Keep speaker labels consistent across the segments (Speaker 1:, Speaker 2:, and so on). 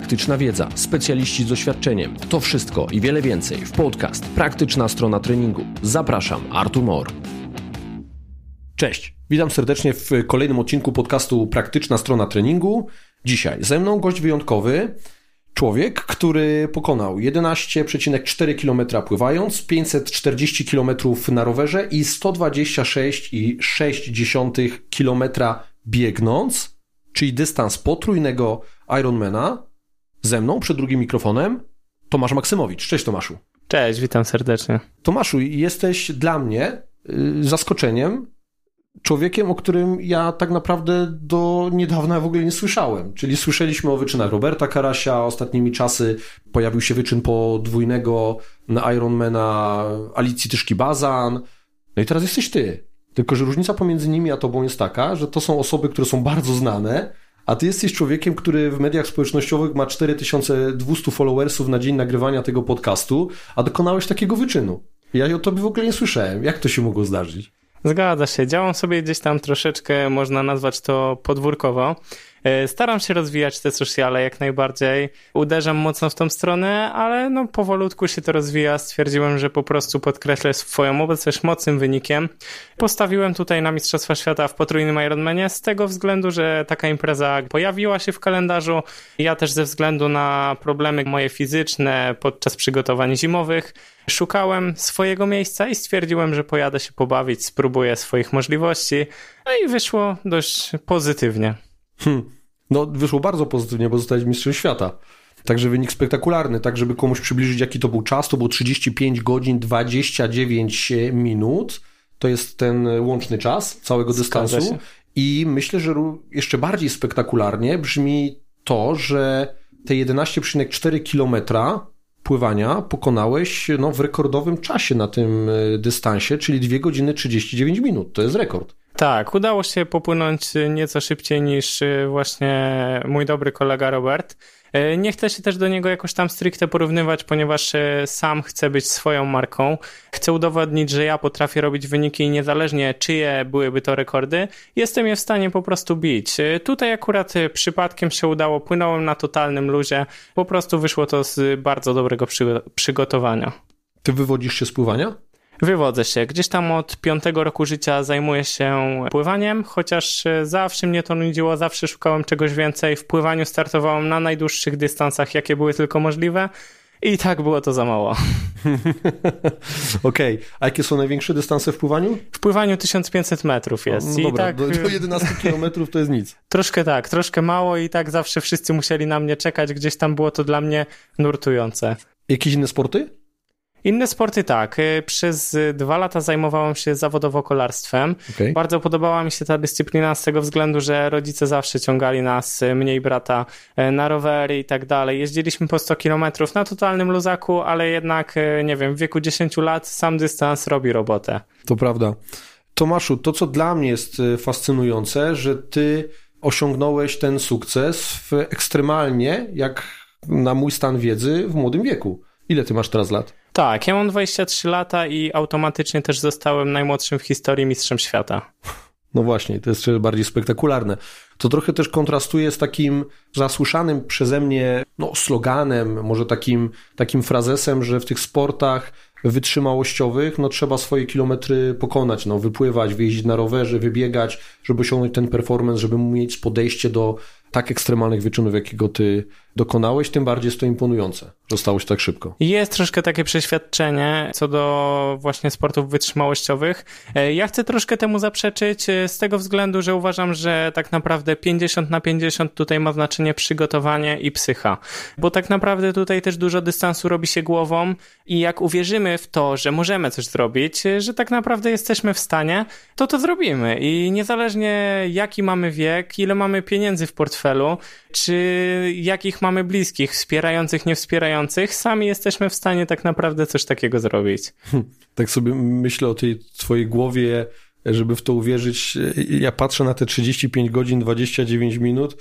Speaker 1: praktyczna wiedza, specjaliści z doświadczeniem. To wszystko i wiele więcej w podcast Praktyczna Strona Treningu. Zapraszam, Artur Mor. Cześć, witam serdecznie w kolejnym odcinku podcastu Praktyczna Strona Treningu. Dzisiaj ze mną gość wyjątkowy, człowiek, który pokonał 11,4 km pływając, 540 km na rowerze i 126,6 km biegnąc, czyli dystans potrójnego Ironmana. Ze mną przed drugim mikrofonem Tomasz Maksymowicz. Cześć Tomaszu.
Speaker 2: Cześć, witam serdecznie.
Speaker 1: Tomaszu, jesteś dla mnie zaskoczeniem, człowiekiem, o którym ja tak naprawdę do niedawna w ogóle nie słyszałem. Czyli słyszeliśmy o wyczynach Roberta Karasia, ostatnimi czasy pojawił się wyczyn podwójnego Ironmana Alicji Tyszki-Bazan. No i teraz jesteś ty. Tylko że różnica pomiędzy nimi a tobą jest taka, że to są osoby, które są bardzo znane, a ty jesteś człowiekiem, który w mediach społecznościowych ma 4200 followersów na dzień nagrywania tego podcastu, a dokonałeś takiego wyczynu. Ja o tobie w ogóle nie słyszałem. Jak to się mogło zdarzyć?
Speaker 2: Zgadza się. Działam sobie gdzieś tam troszeczkę, można nazwać to podwórkowo. Staram się rozwijać te sociale jak najbardziej. Uderzam mocno w tą stronę, ale no powolutku się to rozwija. Stwierdziłem, że po prostu podkreślę swoją obecność mocnym wynikiem. Postawiłem tutaj na Mistrzostwa Świata w potrójnym Ironmanie z tego względu, że taka impreza pojawiła się w kalendarzu. Ja też ze względu na problemy moje fizyczne podczas przygotowań zimowych szukałem swojego miejsca i stwierdziłem, że pojadę się pobawić, spróbuję swoich możliwości. No i wyszło dość pozytywnie.
Speaker 1: No wyszło bardzo pozytywnie, bo zostałeś mistrzem świata. Także wynik spektakularny. Tak, żeby komuś przybliżyć, jaki to był czas, to było 35 godzin 29 minut. To jest ten łączny czas całego dystansu. I myślę, że jeszcze bardziej spektakularnie brzmi to, że te 11,4 kilometra pływania pokonałeś w rekordowym czasie na tym dystansie, czyli 2 godziny 39 minut. To jest rekord.
Speaker 2: Tak, udało się popłynąć nieco szybciej niż właśnie mój dobry kolega Robert. Nie chcę się też do niego jakoś tam stricte porównywać, ponieważ sam chcę być swoją marką. Chcę udowodnić, że ja potrafię robić wyniki i niezależnie czyje byłyby to rekordy, jestem je w stanie po prostu bić. Tutaj akurat przypadkiem się udało, płynąłem na totalnym luzie, po prostu wyszło to z bardzo dobrego przygotowania.
Speaker 1: Ty wywodzisz się z pływania?
Speaker 2: Wywodzę się. Gdzieś tam od 5 roku życia zajmuję się pływaniem, chociaż zawsze mnie to nudziło, zawsze szukałem czegoś więcej. W pływaniu startowałem na najdłuższych dystansach, jakie były tylko możliwe i tak było to za mało.
Speaker 1: Okej. A jakie są największe dystanse w pływaniu?
Speaker 2: W pływaniu 1500 metrów jest.
Speaker 1: No dobra,
Speaker 2: i tak,
Speaker 1: do 11 kilometrów to jest nic.
Speaker 2: Troszkę mało i tak zawsze wszyscy musieli na mnie czekać. Gdzieś tam było to dla mnie nurtujące.
Speaker 1: Jakieś inne sporty?
Speaker 2: Inne sporty tak. Przez 2 lata zajmowałem się zawodowo kolarstwem. Okay. Bardzo podobała mi się ta dyscyplina z tego względu, że rodzice zawsze ciągali nas, mnie i brata, na rowery i tak dalej. Jeździliśmy po 100 kilometrów na totalnym luzaku, ale jednak, nie wiem, w wieku 10 lat sam dystans robi robotę.
Speaker 1: To prawda. Tomaszu, to co dla mnie jest fascynujące, że ty osiągnąłeś ten sukces ekstremalnie, jak na mój stan wiedzy, w młodym wieku. Ile ty masz teraz lat?
Speaker 2: Tak, ja mam 23 lata i automatycznie też zostałem najmłodszym w historii mistrzem świata.
Speaker 1: No właśnie, to jest jeszcze bardziej spektakularne. To trochę też kontrastuje z takim zasłyszanym przeze mnie sloganem, może takim frazesem, że w tych sportach wytrzymałościowych trzeba swoje kilometry pokonać, wypływać, wyjeździć na rowerze, wybiegać, żeby osiągnąć ten performance, żeby mieć podejście do tak ekstremalnych wyczynów, jakiego ty dokonałeś, tym bardziej jest to imponujące, że stało się tak szybko.
Speaker 2: Jest troszkę takie przeświadczenie co do właśnie sportów wytrzymałościowych. Ja chcę troszkę temu zaprzeczyć z tego względu, że uważam, że tak naprawdę 50/50 tutaj ma znaczenie przygotowanie i psycha. Bo tak naprawdę tutaj też dużo dystansu robi się głową i jak uwierzymy w to, że możemy coś zrobić, że tak naprawdę jesteśmy w stanie, to zrobimy. I niezależnie jaki mamy wiek, ile mamy pieniędzy w portfelu, czy jakich mamy bliskich, wspierających, niewspierających, sami jesteśmy w stanie tak naprawdę coś takiego zrobić.
Speaker 1: Tak sobie myślę o tej twojej głowie, żeby w to uwierzyć. Ja patrzę na te 35 godzin, 29 minut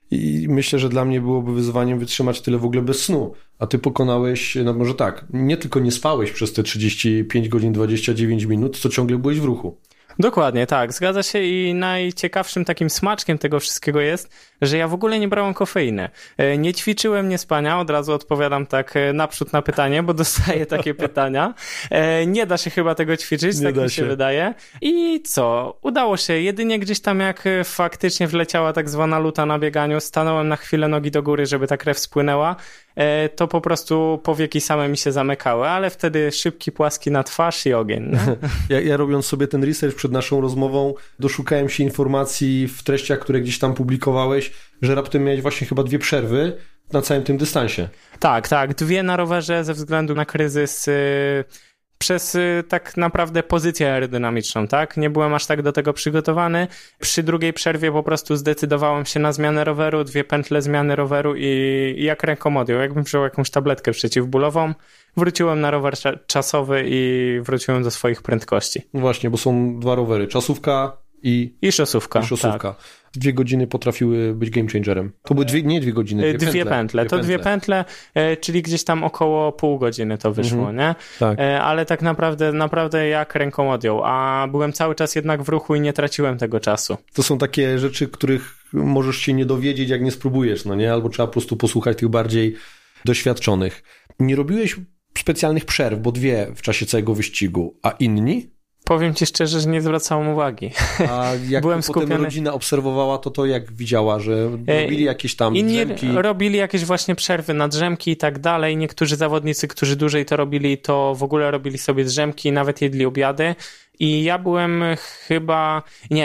Speaker 1: i myślę, że dla mnie byłoby wyzwaniem wytrzymać tyle w ogóle bez snu. A ty pokonałeś, może tak, nie tylko nie spałeś przez te 35 godzin, 29 minut, co ciągle byłeś w ruchu.
Speaker 2: Dokładnie, tak, zgadza się i najciekawszym takim smaczkiem tego wszystkiego jest, że ja w ogóle nie brałem kofeiny. Nie ćwiczyłem, nie spania, od razu odpowiadam tak naprzód na pytanie, bo dostaję takie pytania. Nie da się chyba tego ćwiczyć, tak mi się wydaje. I co? Udało się, jedynie gdzieś tam jak faktycznie wleciała tak zwana luta na bieganiu, stanąłem na chwilę nogi do góry, żeby ta krew spłynęła, to po prostu powieki same mi się zamykały, ale wtedy szybki, płaski na twarz i ogień.
Speaker 1: Ja robiąc sobie ten research przed naszą rozmową, doszukałem się informacji w treściach, które gdzieś tam publikowałeś, że raptem miałeś właśnie chyba 2 przerwy na całym tym dystansie.
Speaker 2: Tak, 2 na rowerze ze względu na kryzys przez tak naprawdę pozycję aerodynamiczną, tak? Nie byłem aż tak do tego przygotowany. Przy drugiej przerwie po prostu zdecydowałem się na zmianę roweru, 2 pętle zmiany roweru i jak rękomodią, jakbym wziął jakąś tabletkę przeciwbólową, wróciłem na rower czasowy i wróciłem do swoich prędkości.
Speaker 1: Właśnie, bo są 2 rowery, czasówka i
Speaker 2: szosówka.
Speaker 1: 2 godziny potrafiły być game changerem. To były nie 2 godziny, 2 pętle.
Speaker 2: To 2 pętle, czyli gdzieś tam około pół godziny to wyszło, nie?
Speaker 1: Tak.
Speaker 2: Ale tak naprawdę jak rękomodią, a byłem cały czas jednak w ruchu i nie traciłem tego czasu.
Speaker 1: To są takie rzeczy, których możesz się nie dowiedzieć, jak nie spróbujesz, no nie? Albo trzeba po prostu posłuchać tych bardziej doświadczonych. Nie robiłeś specjalnych przerw, bo 2 w czasie całego wyścigu, a inni?
Speaker 2: Powiem ci szczerze, że nie zwracałem uwagi.
Speaker 1: A jak byłem potem rodzina obserwowała, to jak widziała, że robili jakieś tam drzemki?
Speaker 2: Robili jakieś właśnie przerwy na drzemki i tak dalej. Niektórzy zawodnicy, którzy dłużej to robili, to w ogóle robili sobie drzemki, nawet jedli obiady. I ja byłem chyba...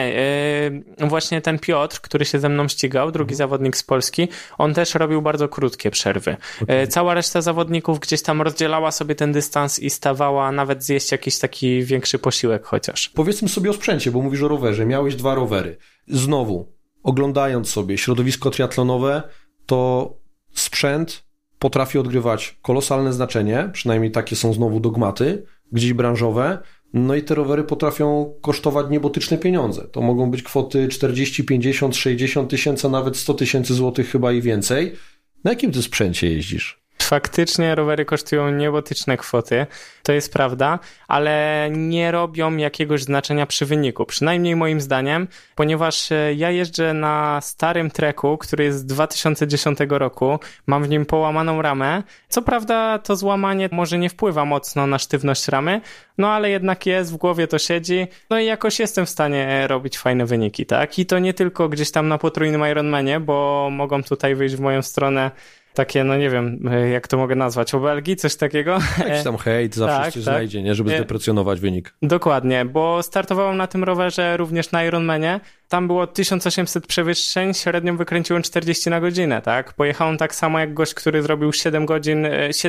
Speaker 2: właśnie ten Piotr, który się ze mną ścigał, drugi zawodnik z Polski, on też robił bardzo krótkie przerwy. Okay. Cała reszta zawodników gdzieś tam rozdzielała sobie ten dystans i stawała nawet zjeść jakiś taki większy posiłek chociaż.
Speaker 1: Powiedzmy sobie o sprzęcie, bo mówisz o rowerze. Miałeś 2 rowery. Znowu, oglądając sobie środowisko triatlonowe, to sprzęt potrafi odgrywać kolosalne znaczenie, przynajmniej takie są znowu dogmaty, gdzieś branżowe. No i te rowery potrafią kosztować niebotyczne pieniądze. To mogą być kwoty 40, 50, 60 tysięcy, a nawet 100 tysięcy złotych chyba i więcej. Na jakim ty sprzęcie jeździsz?
Speaker 2: Faktycznie rowery kosztują niebotyczne kwoty, to jest prawda, ale nie robią jakiegoś znaczenia przy wyniku, przynajmniej moim zdaniem, ponieważ ja jeżdżę na starym treku, który jest z 2010 roku, mam w nim połamaną ramę, co prawda to złamanie może nie wpływa mocno na sztywność ramy, no ale jednak jest, w głowie to siedzi, no i jakoś jestem w stanie robić fajne wyniki, tak? I to nie tylko gdzieś tam na potrójnym Ironmanie, bo mogą tutaj wyjść w moją stronę takie, no nie wiem, jak to mogę nazwać, obelgi, coś takiego.
Speaker 1: Jakiś tam hejt zawsze się znajdzie, nie? Żeby zdeprecjonować wynik.
Speaker 2: Dokładnie, bo startowałem na tym rowerze również na Ironmanie. Tam było 1800 przewyższeń, średnią wykręciłem 40 na godzinę, tak? Pojechałem tak samo jak gość, który zrobił 7 godzin,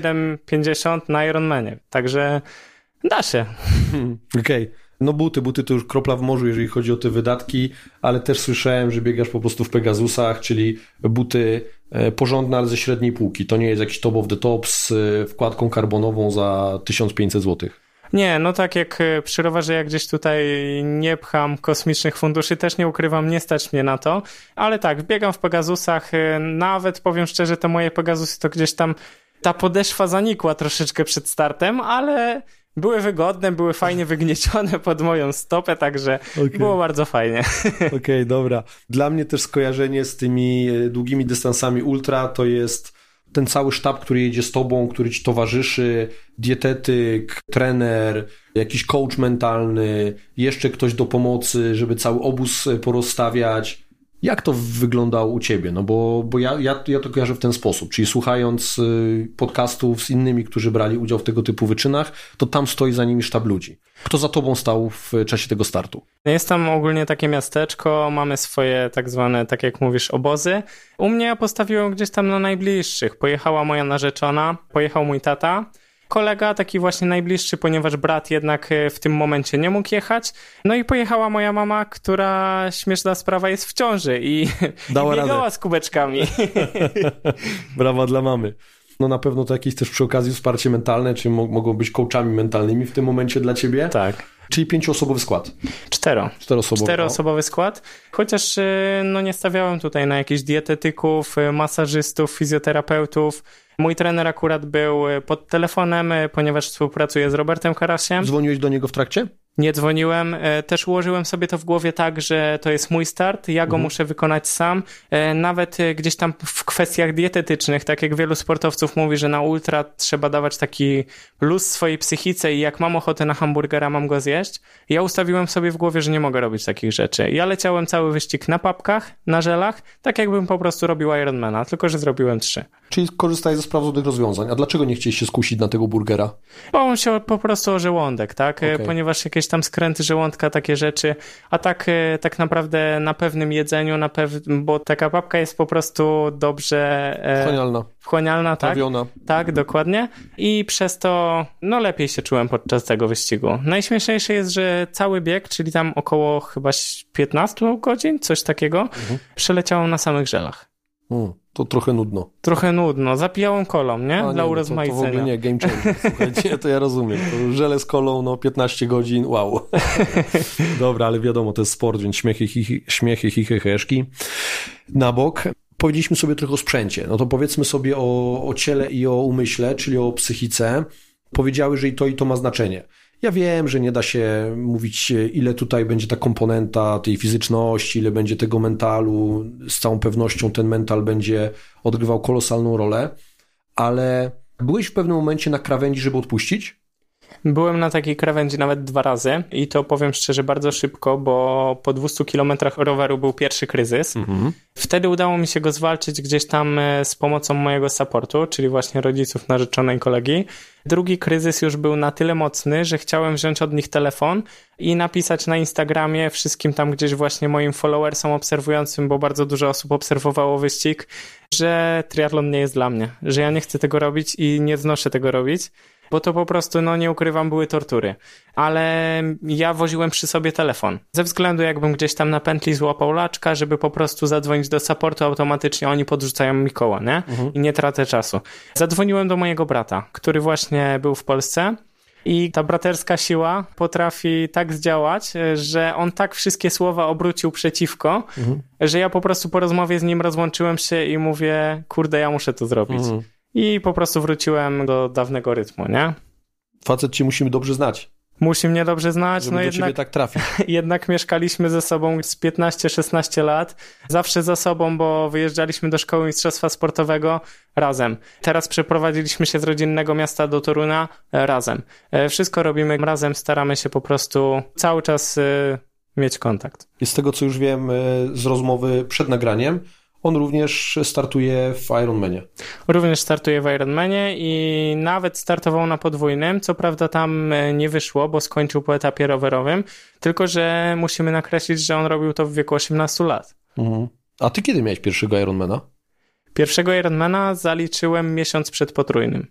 Speaker 2: 7,50 na Ironmanie. Także da się.
Speaker 1: Okej. No buty to już kropla w morzu, jeżeli chodzi o te wydatki, ale też słyszałem, że biegasz po prostu w Pegasusach, czyli buty porządne, ale ze średniej półki. To nie jest jakiś top of the top z wkładką karbonową za 1500 zł.
Speaker 2: Nie, no tak jak przy rowerze ja gdzieś tutaj nie pcham kosmicznych funduszy, też nie ukrywam, nie stać mnie na to, ale tak, biegam w Pegasusach, nawet powiem szczerze, te moje Pegasusy to gdzieś tam ta podeszwa zanikła troszeczkę przed startem, ale były wygodne, były fajnie wygniecione pod moją stopę, także było bardzo fajnie.
Speaker 1: Okej, dobra. Dla mnie też skojarzenie z tymi długimi dystansami ultra to jest ten cały sztab, który jedzie z tobą, który ci towarzyszy, dietetyk, trener, jakiś coach mentalny, jeszcze ktoś do pomocy, żeby cały obóz porozstawiać. Jak to wyglądało u ciebie? No bo ja to kojarzę w ten sposób, czyli słuchając podcastów z innymi, którzy brali udział w tego typu wyczynach, to tam stoi za nimi sztab ludzi. Kto za tobą stał w czasie tego startu?
Speaker 2: Jest tam ogólnie takie miasteczko, mamy swoje tak zwane, tak jak mówisz, obozy. U mnie ja postawiłem gdzieś tam na najbliższych. Pojechała moja narzeczona, pojechał mój tata, kolega taki właśnie najbliższy, ponieważ brat jednak w tym momencie nie mógł jechać. No i pojechała moja mama, która, śmieszna sprawa, jest w ciąży i biegała z kubeczkami.
Speaker 1: Brawa dla mamy. No na pewno to jakieś też przy okazji wsparcie mentalne, czy mogą być coachami mentalnymi w tym momencie dla ciebie.
Speaker 2: Tak.
Speaker 1: Czyli 5-osobowy skład.
Speaker 2: 4-osobowy skład. Chociaż no nie stawiałem tutaj na jakichś dietetyków, masażystów, fizjoterapeutów. Mój trener akurat był pod telefonem, ponieważ współpracuję z Robertem Karasiem.
Speaker 1: Dzwoniłeś do niego w trakcie?
Speaker 2: Nie dzwoniłem, też ułożyłem sobie to w głowie tak, że to jest mój start, ja go muszę wykonać sam, nawet gdzieś tam w kwestiach dietetycznych, tak jak wielu sportowców mówi, że na ultra trzeba dawać taki luz swojej psychice i jak mam ochotę na hamburgera, mam go zjeść. Ja ustawiłem sobie w głowie, że nie mogę robić takich rzeczy. Ja leciałem cały wyścig na papkach, na żelach, tak jakbym po prostu robił Ironmana, tylko że zrobiłem 3.
Speaker 1: Czyli korzystaj ze sprawdzonych rozwiązań. A dlaczego nie chcieliście się skusić na tego burgera?
Speaker 2: Bo on się po prostu o żołądek, tak?
Speaker 1: Okay.
Speaker 2: Ponieważ jakieś tam skręty żołądka, takie rzeczy, a tak naprawdę na pewnym jedzeniu, bo taka papka jest po prostu dobrze wchłanialna, tak?
Speaker 1: Trawiona.
Speaker 2: Tak, dokładnie. I przez to no lepiej się czułem podczas tego wyścigu. Najśmieszniejsze jest, że cały bieg, czyli tam około chyba 15 godzin, coś takiego, przeleciałem na samych żelach.
Speaker 1: To trochę nudno.
Speaker 2: Trochę nudno. Zapijałem kolą, nie? Dla urozmaicenia.
Speaker 1: To w ogóle nie, game changer. Słuchajcie, to ja rozumiem. To żele z kolą, 15 godzin, wow. Dobra, ale wiadomo, to jest sport, więc śmiechy, heheszki na bok. Powiedzieliśmy sobie trochę o sprzęcie. No to powiedzmy sobie o ciele i o umyśle, czyli o psychice. Powiedziały, że i to ma znaczenie. Ja wiem, że nie da się mówić, ile tutaj będzie ta komponenta tej fizyczności, ile będzie tego mentalu. Z całą pewnością ten mental będzie odgrywał kolosalną rolę, ale byłeś w pewnym momencie na krawędzi, żeby odpuścić?
Speaker 2: Byłem na takiej krawędzi nawet 2 razy i to powiem szczerze bardzo szybko, bo po 200 kilometrach roweru był pierwszy kryzys. Wtedy udało mi się go zwalczyć gdzieś tam z pomocą mojego supportu, czyli właśnie rodziców narzeczonej kolegi. Drugi kryzys już był na tyle mocny, że chciałem wziąć od nich telefon i napisać na Instagramie wszystkim tam gdzieś właśnie moim followersom obserwującym, bo bardzo dużo osób obserwowało wyścig, że triatlon nie jest dla mnie, że ja nie chcę tego robić i nie znoszę tego robić. Bo to po prostu, no nie ukrywam, były tortury. Ale ja woziłem przy sobie telefon. Ze względu jakbym gdzieś tam na pętli złapał laczka, żeby po prostu zadzwonić do supportu, automatycznie oni podrzucają mi koła, nie? I nie tracę czasu. Zadzwoniłem do mojego brata, który właśnie był w Polsce i ta braterska siła potrafi tak zdziałać, że on tak wszystkie słowa obrócił przeciwko, że ja po prostu po rozmowie z nim rozłączyłem się i mówię, kurde, ja muszę to zrobić. I po prostu wróciłem do dawnego rytmu, nie?
Speaker 1: Facet cię musimy dobrze znać.
Speaker 2: Musi mnie dobrze znać.
Speaker 1: Żeby do ciebie tak trafić.
Speaker 2: Jednak mieszkaliśmy ze sobą z 15-16 lat. Zawsze ze sobą, bo wyjeżdżaliśmy do szkoły mistrzostwa sportowego razem. Teraz przeprowadziliśmy się z rodzinnego miasta do Torunia razem. Wszystko robimy razem, staramy się po prostu cały czas mieć kontakt.
Speaker 1: I z tego, co już wiem z rozmowy przed nagraniem, on również startuje w Ironmanie.
Speaker 2: Również startuje w Ironmanie i nawet startował na podwójnym. Co prawda tam nie wyszło, bo skończył po etapie rowerowym, tylko że musimy nakreślić, że on robił to w wieku 18 lat.
Speaker 1: A ty kiedy miałeś pierwszego Ironmana?
Speaker 2: Pierwszego Ironmana zaliczyłem miesiąc przed potrójnym.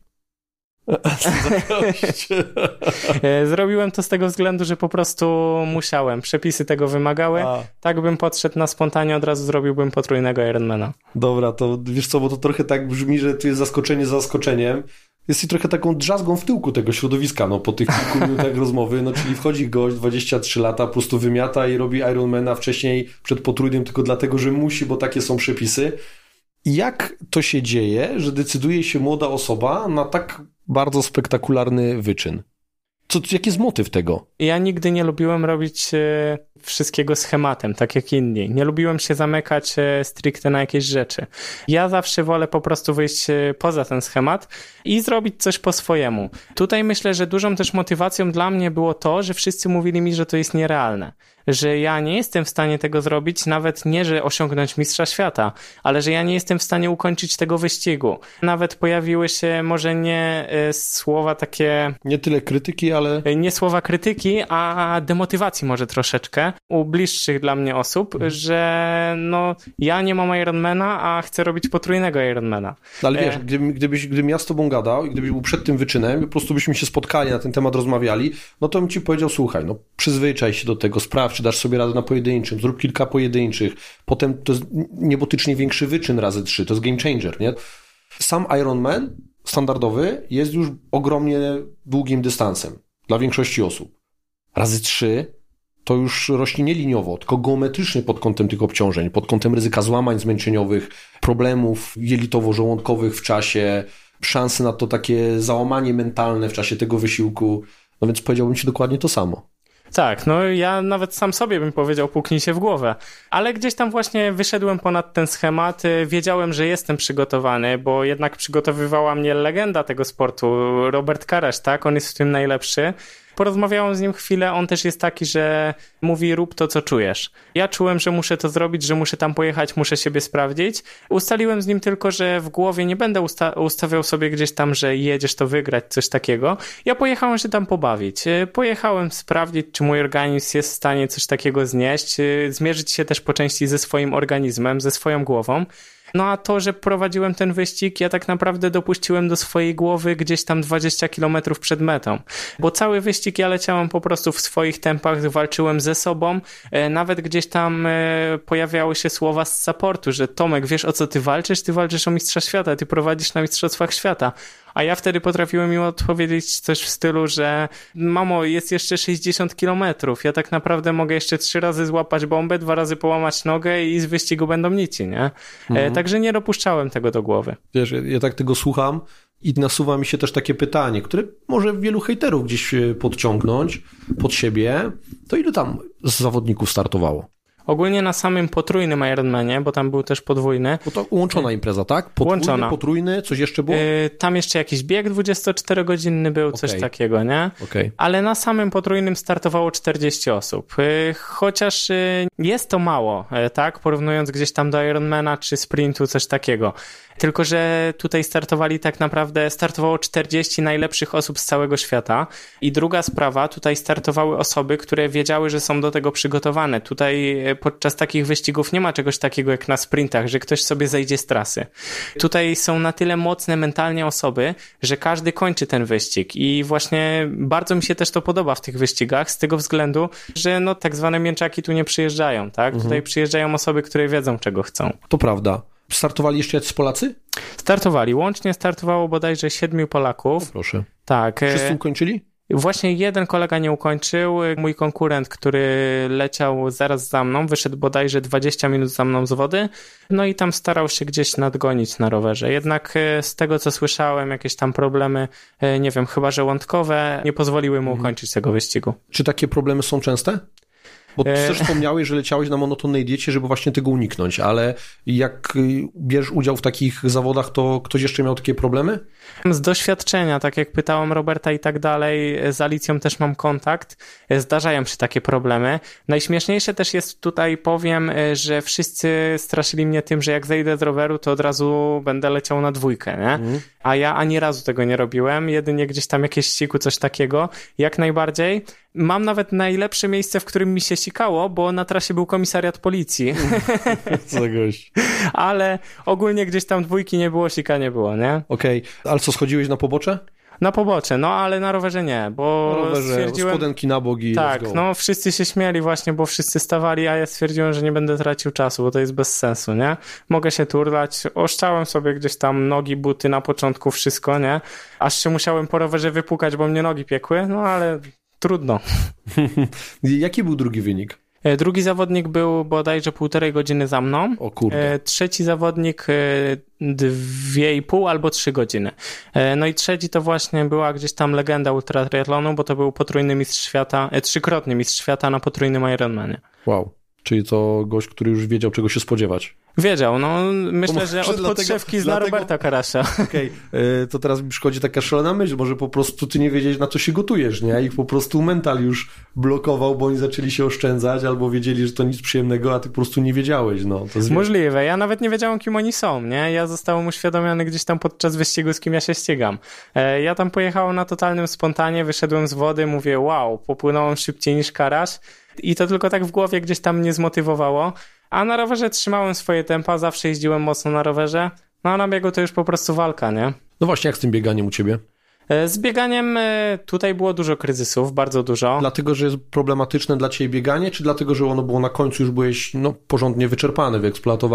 Speaker 2: Zrobiłem to z tego względu, że po prostu musiałem. Przepisy tego wymagały. Tak bym podszedł na spontanie, od razu zrobiłbym potrójnego Ironmana.
Speaker 1: Dobra, to wiesz co, bo to trochę tak brzmi, że tu jest zaskoczenie za zaskoczeniem. Jest i trochę taką drzazgą w tyłku tego środowiska, po tych kilku minutach rozmowy, czyli wchodzi gość, 23 lata, po prostu wymiata i robi Ironmana wcześniej przed potrójnym tylko dlatego, że musi, bo takie są przepisy. Jak to się dzieje, że decyduje się młoda osoba na tak bardzo spektakularny wyczyn? Jaki jest motyw tego?
Speaker 2: Ja nigdy nie lubiłem robić wszystkiego schematem, tak jak inni. Nie lubiłem się zamykać stricte na jakieś rzeczy. Ja zawsze wolę po prostu wyjść poza ten schemat i zrobić coś po swojemu. Tutaj myślę, że dużą też motywacją dla mnie było to, że wszyscy mówili mi, że to jest nierealne. Że ja nie jestem w stanie tego zrobić, nawet nie, że osiągnąć mistrza świata, ale że ja nie jestem w stanie ukończyć tego wyścigu. Nawet pojawiły się może nie słowa takie...
Speaker 1: Nie tyle krytyki, ale...
Speaker 2: Nie słowa krytyki, a demotywacji może troszeczkę u bliższych dla mnie osób, że ja nie mam Ironmana, a chcę robić potrójnego Ironmana.
Speaker 1: Ale wiesz, gdybym ja z tobą gadał i gdybyś był przed tym wyczynem, po prostu byśmy się spotkali, na ten temat rozmawiali, to bym ci powiedział, słuchaj, przyzwyczaj się do tego, sprawdź, czy dasz sobie radę na pojedynczym, zrób kilka pojedynczych, potem to jest niebotycznie większy wyczyn razy 3, to jest game changer, nie? Sam Ironman standardowy jest już ogromnie długim dystansem dla większości osób. razy 3, to już rośnie nie liniowo, tylko geometrycznie pod kątem tych obciążeń, pod kątem ryzyka złamań zmęczeniowych, problemów jelitowo-żołądkowych w czasie, szansy na to takie załamanie mentalne w czasie tego wysiłku. No więc powiedziałbym ci dokładnie to samo.
Speaker 2: Tak, no ja nawet sam sobie bym powiedział, puknij się w głowę. Ale gdzieś tam właśnie wyszedłem ponad ten schemat, wiedziałem, że jestem przygotowany, bo jednak przygotowywała mnie legenda tego sportu, Robert Karaś, tak? On jest w tym najlepszy. Porozmawiałem z nim chwilę, on też jest taki, że mówi rób to, co czujesz. Ja czułem, że muszę to zrobić, że muszę tam pojechać, muszę siebie sprawdzić. Ustaliłem z nim tylko, że w głowie nie będę ustawiał sobie gdzieś tam, że jedziesz to wygrać, coś takiego. Ja pojechałem się tam pobawić. Pojechałem sprawdzić, czy mój organizm jest w stanie coś takiego znieść, zmierzyć się też po części ze swoim organizmem, ze swoją głową. No a to, że prowadziłem ten wyścig, ja tak naprawdę dopuściłem do swojej głowy gdzieś tam 20 kilometrów przed metą. Bo cały wyścig ja leciałem po prostu w swoich tempach, walczyłem ze sobą. Nawet gdzieś tam pojawiały się słowa z supportu, że Tomek, wiesz o co ty walczysz? Ty walczysz o Mistrza Świata, ty prowadzisz na Mistrzostwach Świata. A ja wtedy potrafiłem im odpowiedzieć coś w stylu, że mamo, jest jeszcze 60 kilometrów, ja tak naprawdę mogę jeszcze 3 razy złapać bombę, 2 razy połamać nogę i z wyścigu będą nici, nie? Także nie dopuszczałem tego do głowy.
Speaker 1: Wiesz, ja tak tego słucham i nasuwa mi się też takie pytanie, które może wielu hejterów gdzieś podciągnąć pod siebie. To ilu tam zawodników startowało?
Speaker 2: Ogólnie na samym potrójnym Ironmanie, bo tam był też podwójny.
Speaker 1: Bo to łączona impreza, tak? Potrójny, coś jeszcze było?
Speaker 2: Tam jeszcze jakiś bieg 24-godzinny był, coś takiego, nie? Ale na samym potrójnym startowało 40 osób. Chociaż jest to mało, tak? Porównując gdzieś tam do Ironmana czy sprintu, coś takiego. Tylko że tutaj startowało 40 najlepszych osób z całego świata. I druga sprawa, tutaj startowały osoby, które wiedziały, że są do tego przygotowane. Tutaj podczas takich wyścigów nie ma czegoś takiego jak na sprintach, że ktoś sobie zejdzie z trasy. Tutaj są na tyle mocne mentalnie osoby, że każdy kończy ten wyścig. I właśnie bardzo mi się też to podoba w tych wyścigach, z tego względu, że no tak zwane mięczaki tu nie przyjeżdżają, tak? Tutaj przyjeżdżają osoby, które wiedzą, czego chcą.
Speaker 1: To prawda. Startowali jeszcze jacyś Polacy?
Speaker 2: Startowali. Łącznie startowało bodajże 7 Polaków.
Speaker 1: O, proszę.
Speaker 2: Tak.
Speaker 1: Wszyscy ukończyli?
Speaker 2: Właśnie jeden kolega nie ukończył. Mój konkurent, który leciał zaraz za mną, wyszedł bodajże 20 minut za mną z wody. No i tam starał się gdzieś nadgonić na rowerze. Jednak z tego, co słyszałem, jakieś tam problemy, nie wiem, chyba żołądkowe, nie pozwoliły mu ukończyć tego wyścigu.
Speaker 1: Czy takie problemy są częste? Bo ty też wspomniałeś, że leciałeś na monotonnej diecie, żeby właśnie tego uniknąć, ale jak bierzesz udział w takich zawodach, to ktoś jeszcze miał takie problemy?
Speaker 2: Z doświadczenia, tak jak pytałem Roberta i tak dalej, z Alicją też mam kontakt, zdarzają się takie problemy. Najśmieszniejsze też jest tutaj, powiem, że wszyscy straszyli mnie tym, że jak zejdę z roweru, to od razu będę leciał na 2, nie? A ja ani razu tego nie robiłem, jedynie gdzieś tam jakieś siku, coś takiego, jak najbardziej. Mam nawet najlepsze miejsce, w którym mi się sikało, bo na trasie był komisariat policji.
Speaker 1: Co gość.
Speaker 2: Ale ogólnie gdzieś tam 2 nie było, sika nie było, nie?
Speaker 1: Okej. Ale co, schodziłeś na pobocze?
Speaker 2: Na pobocze, no ale na rowerze nie, bo
Speaker 1: na rowerze,
Speaker 2: stwierdziłem...
Speaker 1: spodenki na bogi.
Speaker 2: Tak, no wszyscy się śmiali właśnie, bo wszyscy stawali, a ja stwierdziłem, że nie będę tracił czasu, bo to jest bez sensu, nie? Mogę się turlać, oszczałem sobie gdzieś tam nogi, buty na początku, wszystko, nie? Aż się musiałem po rowerze wypukać, bo mnie nogi piekły, no ale trudno.
Speaker 1: Jaki był drugi wynik?
Speaker 2: Drugi zawodnik był bodajże 1,5 godziny za mną.
Speaker 1: O kurde.
Speaker 2: Trzeci zawodnik 2,5 albo 3 godziny. No i trzeci to właśnie była gdzieś tam legenda ultratriatlonu, bo to był potrójny mistrz świata, 3-krotny mistrz świata na potrójnym Ironmanie.
Speaker 1: Wow. Czyli to gość, który już wiedział, czego się spodziewać.
Speaker 2: Wiedział, no myślę, że od podszewki zna Roberta Karasia.
Speaker 1: Okej, to teraz mi przychodzi taka szalona myśl, może po prostu ty nie wiedziałeś, na co się gotujesz, nie? Ich po prostu mental już blokował, bo oni zaczęli się oszczędzać, albo wiedzieli, że to nic przyjemnego, a ty po prostu nie wiedziałeś, no. To
Speaker 2: możliwe, ja nawet nie wiedziałem, kim oni są, nie? Ja zostałem uświadomiony gdzieś tam podczas wyścigu, z kim ja się ścigam. Ja tam pojechałem na totalnym spontanie, wyszedłem z wody, mówię, wow, popłynąłem szybciej niż Karaś i to tylko tak w głowie gdzieś tam mnie zmotywowało. A na rowerze trzymałem swoje tempa, zawsze jeździłem mocno na rowerze, no a na biegu to już po prostu walka, nie?
Speaker 1: No właśnie, jak z tym bieganiem u ciebie?
Speaker 2: Z bieganiem tutaj było dużo kryzysów, bardzo dużo.
Speaker 1: Dlatego, że jest problematyczne dla ciebie bieganie, czy dlatego, że ono było na końcu, już byłeś porządnie wyczerpany, wyeksploatowany?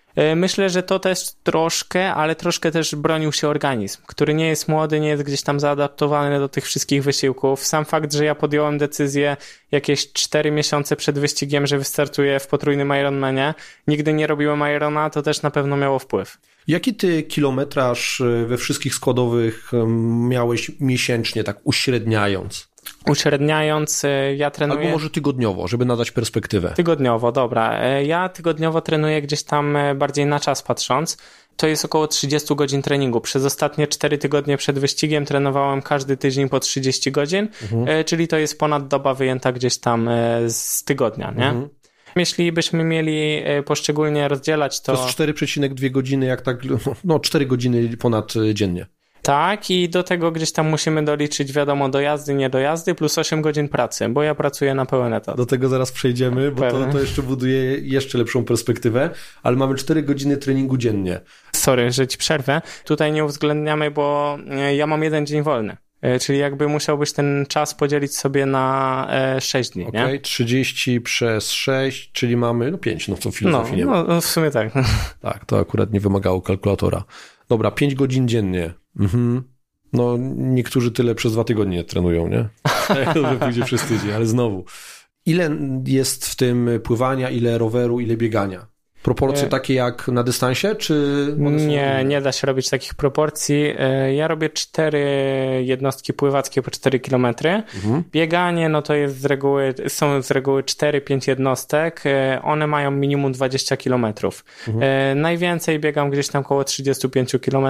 Speaker 2: Myślę, że to też troszkę, ale troszkę też bronił się organizm, który nie jest młody, nie jest gdzieś tam zaadaptowany do tych wszystkich wysiłków. Sam fakt, że ja podjąłem decyzję jakieś 4 miesiące przed wyścigiem, że wystartuję w potrójnym Ironmanie, nigdy nie robiłem Irona, to też na pewno miało wpływ.
Speaker 1: Jaki ty kilometraż we wszystkich składowych miałeś miesięcznie, tak uśredniając?
Speaker 2: Uśredniając, ja trenuję...
Speaker 1: Albo może tygodniowo, żeby nadać perspektywę.
Speaker 2: Tygodniowo, dobra. Ja tygodniowo trenuję gdzieś tam bardziej na czas patrząc. To jest około 30 godzin treningu. Przez ostatnie 4 tygodnie przed wyścigiem trenowałem każdy tydzień po 30 godzin, czyli to jest ponad doba wyjęta gdzieś tam z tygodnia, nie? Jeśli byśmy mieli poszczególnie rozdzielać to...
Speaker 1: To jest 4,2 godziny, jak tak, 4 godziny ponad dziennie.
Speaker 2: Tak, i do tego gdzieś tam musimy doliczyć, wiadomo, dojazdy, niedojazdy, plus 8 godzin pracy, bo ja pracuję na pełen etat. Do
Speaker 1: tego zaraz przejdziemy, bo to jeszcze buduje jeszcze lepszą perspektywę, ale mamy 4 godziny treningu dziennie.
Speaker 2: Sorry, że ci przerwę. Tutaj nie uwzględniamy, bo ja mam 1 dzień wolny. Czyli jakby musiałbyś ten czas podzielić sobie na 6 dni, nie?
Speaker 1: Okej, 30 przez 6, czyli mamy 5, co filozofii nie ma.
Speaker 2: No w sumie tak.
Speaker 1: Tak, to akurat nie wymagało kalkulatora. Dobra, 5 godzin dziennie. No niektórzy tyle przez 2 tygodnie trenują, nie? To pójdzie przez tydzień, ale znowu. Ile jest w tym pływania, ile roweru, ile biegania? Proporcje takie jak na dystansie, czy...
Speaker 2: Nie da się robić takich proporcji. Ja robię 4 jednostki pływackie po 4 km. Bieganie, no to jest są z reguły 4-5 jednostek. One mają minimum 20 km. Najwięcej biegam gdzieś tam około 35 km.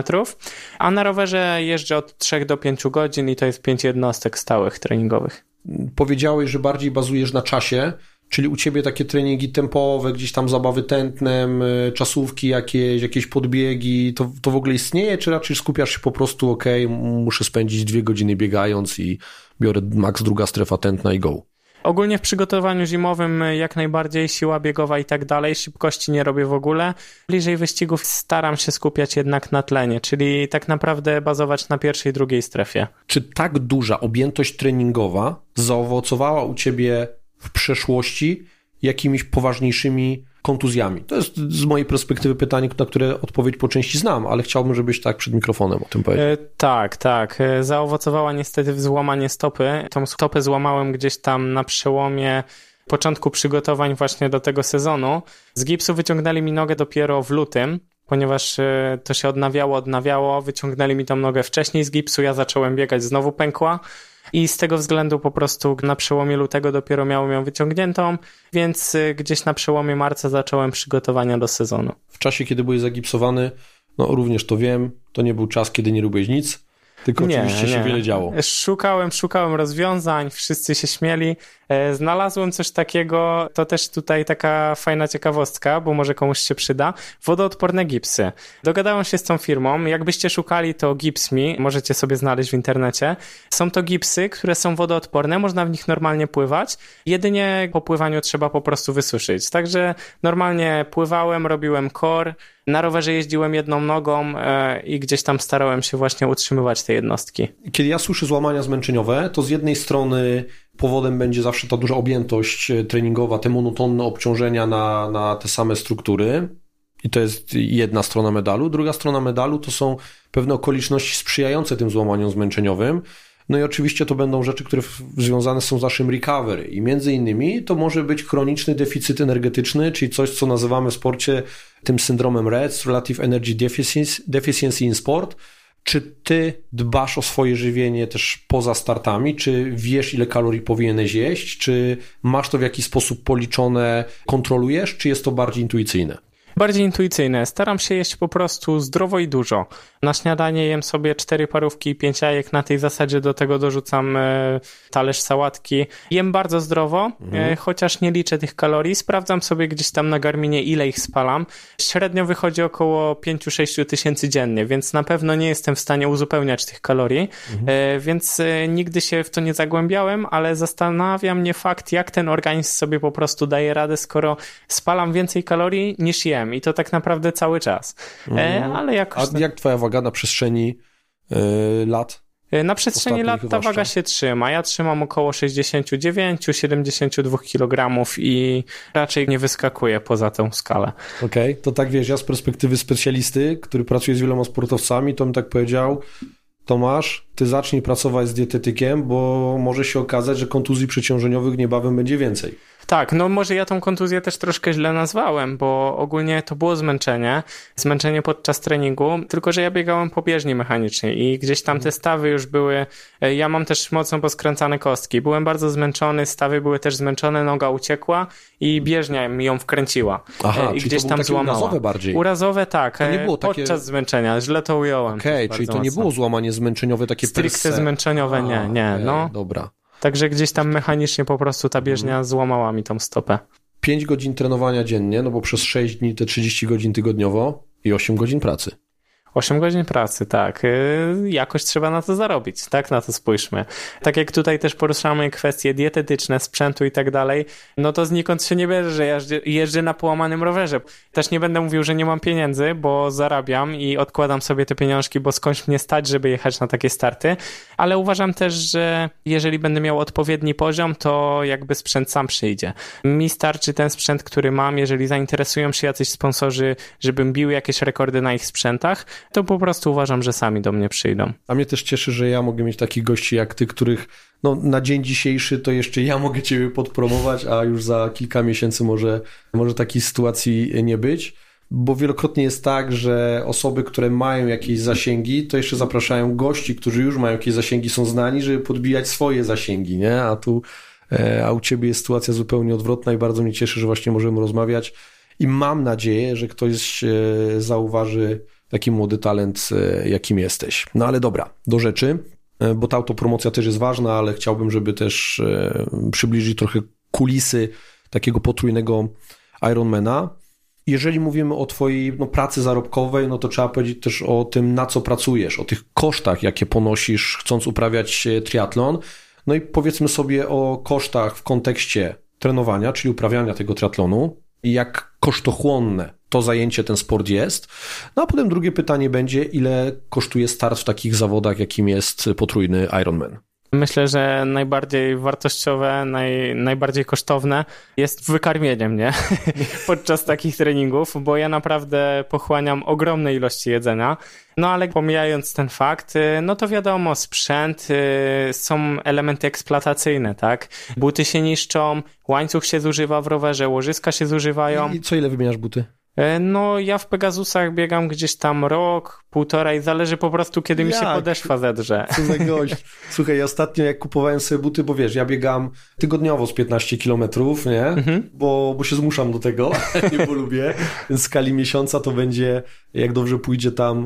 Speaker 2: A na rowerze jeżdżę od 3 do 5 godzin i to jest 5 jednostek stałych treningowych.
Speaker 1: Powiedziałeś, że bardziej bazujesz na czasie. Czyli u ciebie takie treningi tempowe, gdzieś tam zabawy tętnem, czasówki jakieś podbiegi, to w ogóle istnieje, czy raczej skupiasz się po prostu, muszę spędzić 2 godziny biegając i biorę max druga strefa tętna i go?
Speaker 2: Ogólnie w przygotowaniu zimowym jak najbardziej siła biegowa i tak dalej, szybkości nie robię w ogóle. Bliżej wyścigów staram się skupiać jednak na tlenie, czyli tak naprawdę bazować na pierwszej i drugiej strefie.
Speaker 1: Czy tak duża objętość treningowa zaowocowała u ciebie w przeszłości jakimiś poważniejszymi kontuzjami? To jest z mojej perspektywy pytanie, na które odpowiedź po części znam, ale chciałbym, żebyś tak przed mikrofonem o tym powiedział.
Speaker 2: Tak. Zaowocowała niestety w złamanie stopy. Tą stopę złamałem gdzieś tam na przełomie początku przygotowań właśnie do tego sezonu. Z gipsu wyciągnęli mi nogę dopiero w lutym, ponieważ to się odnawiało, wyciągnęli mi tą nogę wcześniej z gipsu, ja zacząłem biegać, znowu pękła. I z tego względu po prostu na przełomie lutego dopiero miałem ją wyciągniętą, więc gdzieś na przełomie marca zacząłem przygotowania do sezonu.
Speaker 1: W czasie, kiedy byłeś zagipsowany, również to wiem, to nie był czas, kiedy nie robiłeś nic, tylko oczywiście się wiele działo.
Speaker 2: Szukałem rozwiązań, wszyscy się śmieli. Znalazłem coś takiego, to też tutaj taka fajna ciekawostka, bo może komuś się przyda. Wodoodporne gipsy. Dogadałem się z tą firmą, jakbyście szukali, to Gips.me, możecie sobie znaleźć w internecie. Są to gipsy, które są wodoodporne, można w nich normalnie pływać, jedynie po pływaniu trzeba po prostu wysuszyć. Także normalnie pływałem, robiłem core, na rowerze jeździłem jedną nogą i gdzieś tam starałem się właśnie utrzymywać te jednostki. Kiedy
Speaker 1: ja słyszę złamania zmęczeniowe, to z jednej strony powodem będzie zawsze ta duża objętość treningowa, te monotonne obciążenia na te same struktury i to jest jedna strona medalu. Druga strona medalu to są pewne okoliczności sprzyjające tym złamaniom zmęczeniowym. No i oczywiście to będą rzeczy, które związane są z naszym recovery i między innymi to może być chroniczny deficyt energetyczny, czyli coś, co nazywamy w sporcie tym syndromem REDS, Relative Energy Deficiency in Sport. Czy ty dbasz o swoje żywienie też poza startami? Czy wiesz, ile kalorii powinieneś jeść? Czy masz to w jakiś sposób policzone, kontrolujesz? Czy jest to bardziej intuicyjne?
Speaker 2: Bardziej intuicyjne. Staram się jeść po prostu zdrowo i dużo. Na śniadanie jem sobie 4 parówki i 5 jajek. Na tej zasadzie do tego dorzucam talerz sałatki. Jem bardzo zdrowo, chociaż nie liczę tych kalorii. Sprawdzam sobie gdzieś tam na Garminie, ile ich spalam. Średnio wychodzi około 5-6 tysięcy dziennie, więc na pewno nie jestem w stanie uzupełniać tych kalorii. Więc nigdy się w to nie zagłębiałem, ale zastanawia mnie fakt, jak ten organizm sobie po prostu daje radę, skoro spalam więcej kalorii niż jem. I to tak naprawdę cały czas. Ale jakoś...
Speaker 1: A jak twoja waga na przestrzeni lat?
Speaker 2: Na przestrzeni lat ta waga się trzyma. Ja trzymam około 69-72 kg i raczej nie wyskakuję poza tą skalę.
Speaker 1: Okej, to tak wiesz, ja z perspektywy specjalisty, który pracuje z wieloma sportowcami, to bym tak powiedział: Tomasz, ty zacznij pracować z dietetykiem, bo może się okazać, że kontuzji przeciążeniowych niebawem będzie więcej.
Speaker 2: Tak, no może ja tą kontuzję też troszkę źle nazwałem, bo ogólnie to było zmęczenie podczas treningu, tylko że ja biegałem po bieżni mechanicznej i gdzieś tam te stawy już były, ja mam też mocno poskręcane kostki, byłem bardzo zmęczony, stawy były też zmęczone, noga uciekła i bieżnia mi ją wkręciła.
Speaker 1: Aha,
Speaker 2: i
Speaker 1: czyli
Speaker 2: gdzieś
Speaker 1: to
Speaker 2: tam
Speaker 1: było takie
Speaker 2: złamała.
Speaker 1: urazowe bardziej.
Speaker 2: Urazowe, tak,
Speaker 1: to nie było takie...
Speaker 2: podczas zmęczenia, źle to ująłem.
Speaker 1: Okej, czyli to nie było złamanie zmęczeniowe takie
Speaker 2: stricte zmęczeniowe, nie, no.
Speaker 1: Dobra.
Speaker 2: Także gdzieś tam mechanicznie po prostu ta bieżnia złamała mi tą stopę.
Speaker 1: 5 godzin trenowania dziennie, no bo przez 6 dni te 30 godzin tygodniowo i 8 godzin pracy.
Speaker 2: 8 godzin pracy, tak. Jakoś trzeba na to zarobić, tak? Na to spójrzmy. Tak jak tutaj też poruszamy kwestie dietetyczne, sprzętu i tak dalej, no to znikąd się nie bierze, że ja jeżdżę na połamanym rowerze. Też nie będę mówił, że nie mam pieniędzy, bo zarabiam i odkładam sobie te pieniążki, bo skądś mnie stać, żeby jechać na takie starty, ale uważam też, że jeżeli będę miał odpowiedni poziom, to jakby sprzęt sam przyjdzie. Mi starczy ten sprzęt, który mam, jeżeli zainteresują się jacyś sponsorzy, żebym bił jakieś rekordy na ich sprzętach, to po prostu uważam, że sami do mnie przyjdą.
Speaker 1: A mnie też cieszy, że ja mogę mieć takich gości jak ty, których no, na dzień dzisiejszy to jeszcze ja mogę ciebie podpromować, a już za kilka miesięcy może takiej sytuacji nie być, bo wielokrotnie jest tak, że osoby, które mają jakieś zasięgi, to jeszcze zapraszają gości, którzy już mają jakieś zasięgi, są znani, żeby podbijać swoje zasięgi, nie? A u ciebie jest sytuacja zupełnie odwrotna i bardzo mnie cieszy, że właśnie możemy rozmawiać i mam nadzieję, że ktoś zauważy taki młody talent, jakim jesteś. No ale dobra, do rzeczy, bo ta autopromocja też jest ważna, ale chciałbym, żeby też przybliżyć trochę kulisy takiego potrójnego Ironmana. Jeżeli mówimy o twojej pracy zarobkowej, no to trzeba powiedzieć też o tym, na co pracujesz, o tych kosztach, jakie ponosisz, chcąc uprawiać triatlon. No i powiedzmy sobie o kosztach w kontekście trenowania, czyli uprawiania tego triatlonu i jak kosztochłonne to zajęcie, ten sport jest. No a potem drugie pytanie będzie, ile kosztuje start w takich zawodach, jakim jest potrójny Ironman?
Speaker 2: Myślę, że najbardziej wartościowe, najbardziej kosztowne jest wykarmienie mnie podczas takich treningów, bo ja naprawdę pochłaniam ogromne ilości jedzenia. No ale pomijając ten fakt, no to wiadomo, sprzęt, są elementy eksploatacyjne, tak? Buty się niszczą, łańcuch się zużywa w rowerze, łożyska się zużywają.
Speaker 1: I co ile wymieniasz buty?
Speaker 2: No ja w Pegasusach biegam gdzieś tam rok, półtora, zależy po prostu kiedy mi się podeszwa zedrze.
Speaker 1: Co za gość. Słuchaj, ostatnio jak kupowałem sobie buty, bo wiesz, ja biegam tygodniowo z 15 kilometrów, nie? Bo się zmuszam do tego, nie bo lubię. Więc w skali miesiąca to będzie, jak dobrze pójdzie tam,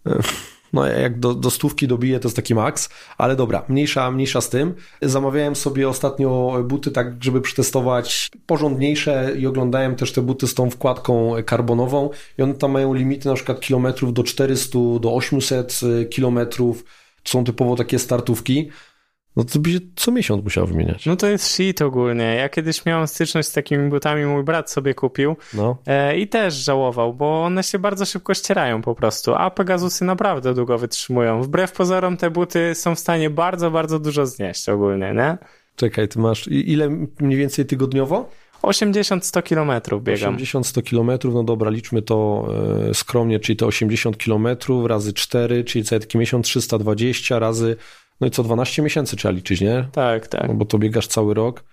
Speaker 1: no jak do 100 dobiję, to jest taki maks, ale dobra, mniejsza z tym. Zamawiałem sobie ostatnio buty tak, żeby przetestować porządniejsze i oglądałem też te buty z tą wkładką karbonową i one tam mają limity na przykład kilometrów do 400, do 800 kilometrów, są typowo takie startówki. No to by się co miesiąc musiał wymieniać.
Speaker 2: No to jest shit ogólnie. Ja kiedyś miałem styczność z takimi butami, mój brat sobie kupił i też żałował, bo one się bardzo szybko ścierają po prostu, a Pegasusy naprawdę długo wytrzymują. Wbrew pozorom te buty są w stanie bardzo, bardzo dużo znieść ogólnie, nie?
Speaker 1: Czekaj, ty masz ile mniej więcej tygodniowo?
Speaker 2: 80-100 kilometrów biegam.
Speaker 1: 80-100 kilometrów, no dobra, liczmy to skromnie, czyli to 80 kilometrów razy 4, czyli cały taki miesiąc 320 razy... No i co 12 miesięcy trzeba liczyć, nie?
Speaker 2: Tak.
Speaker 1: No bo to biegasz cały rok.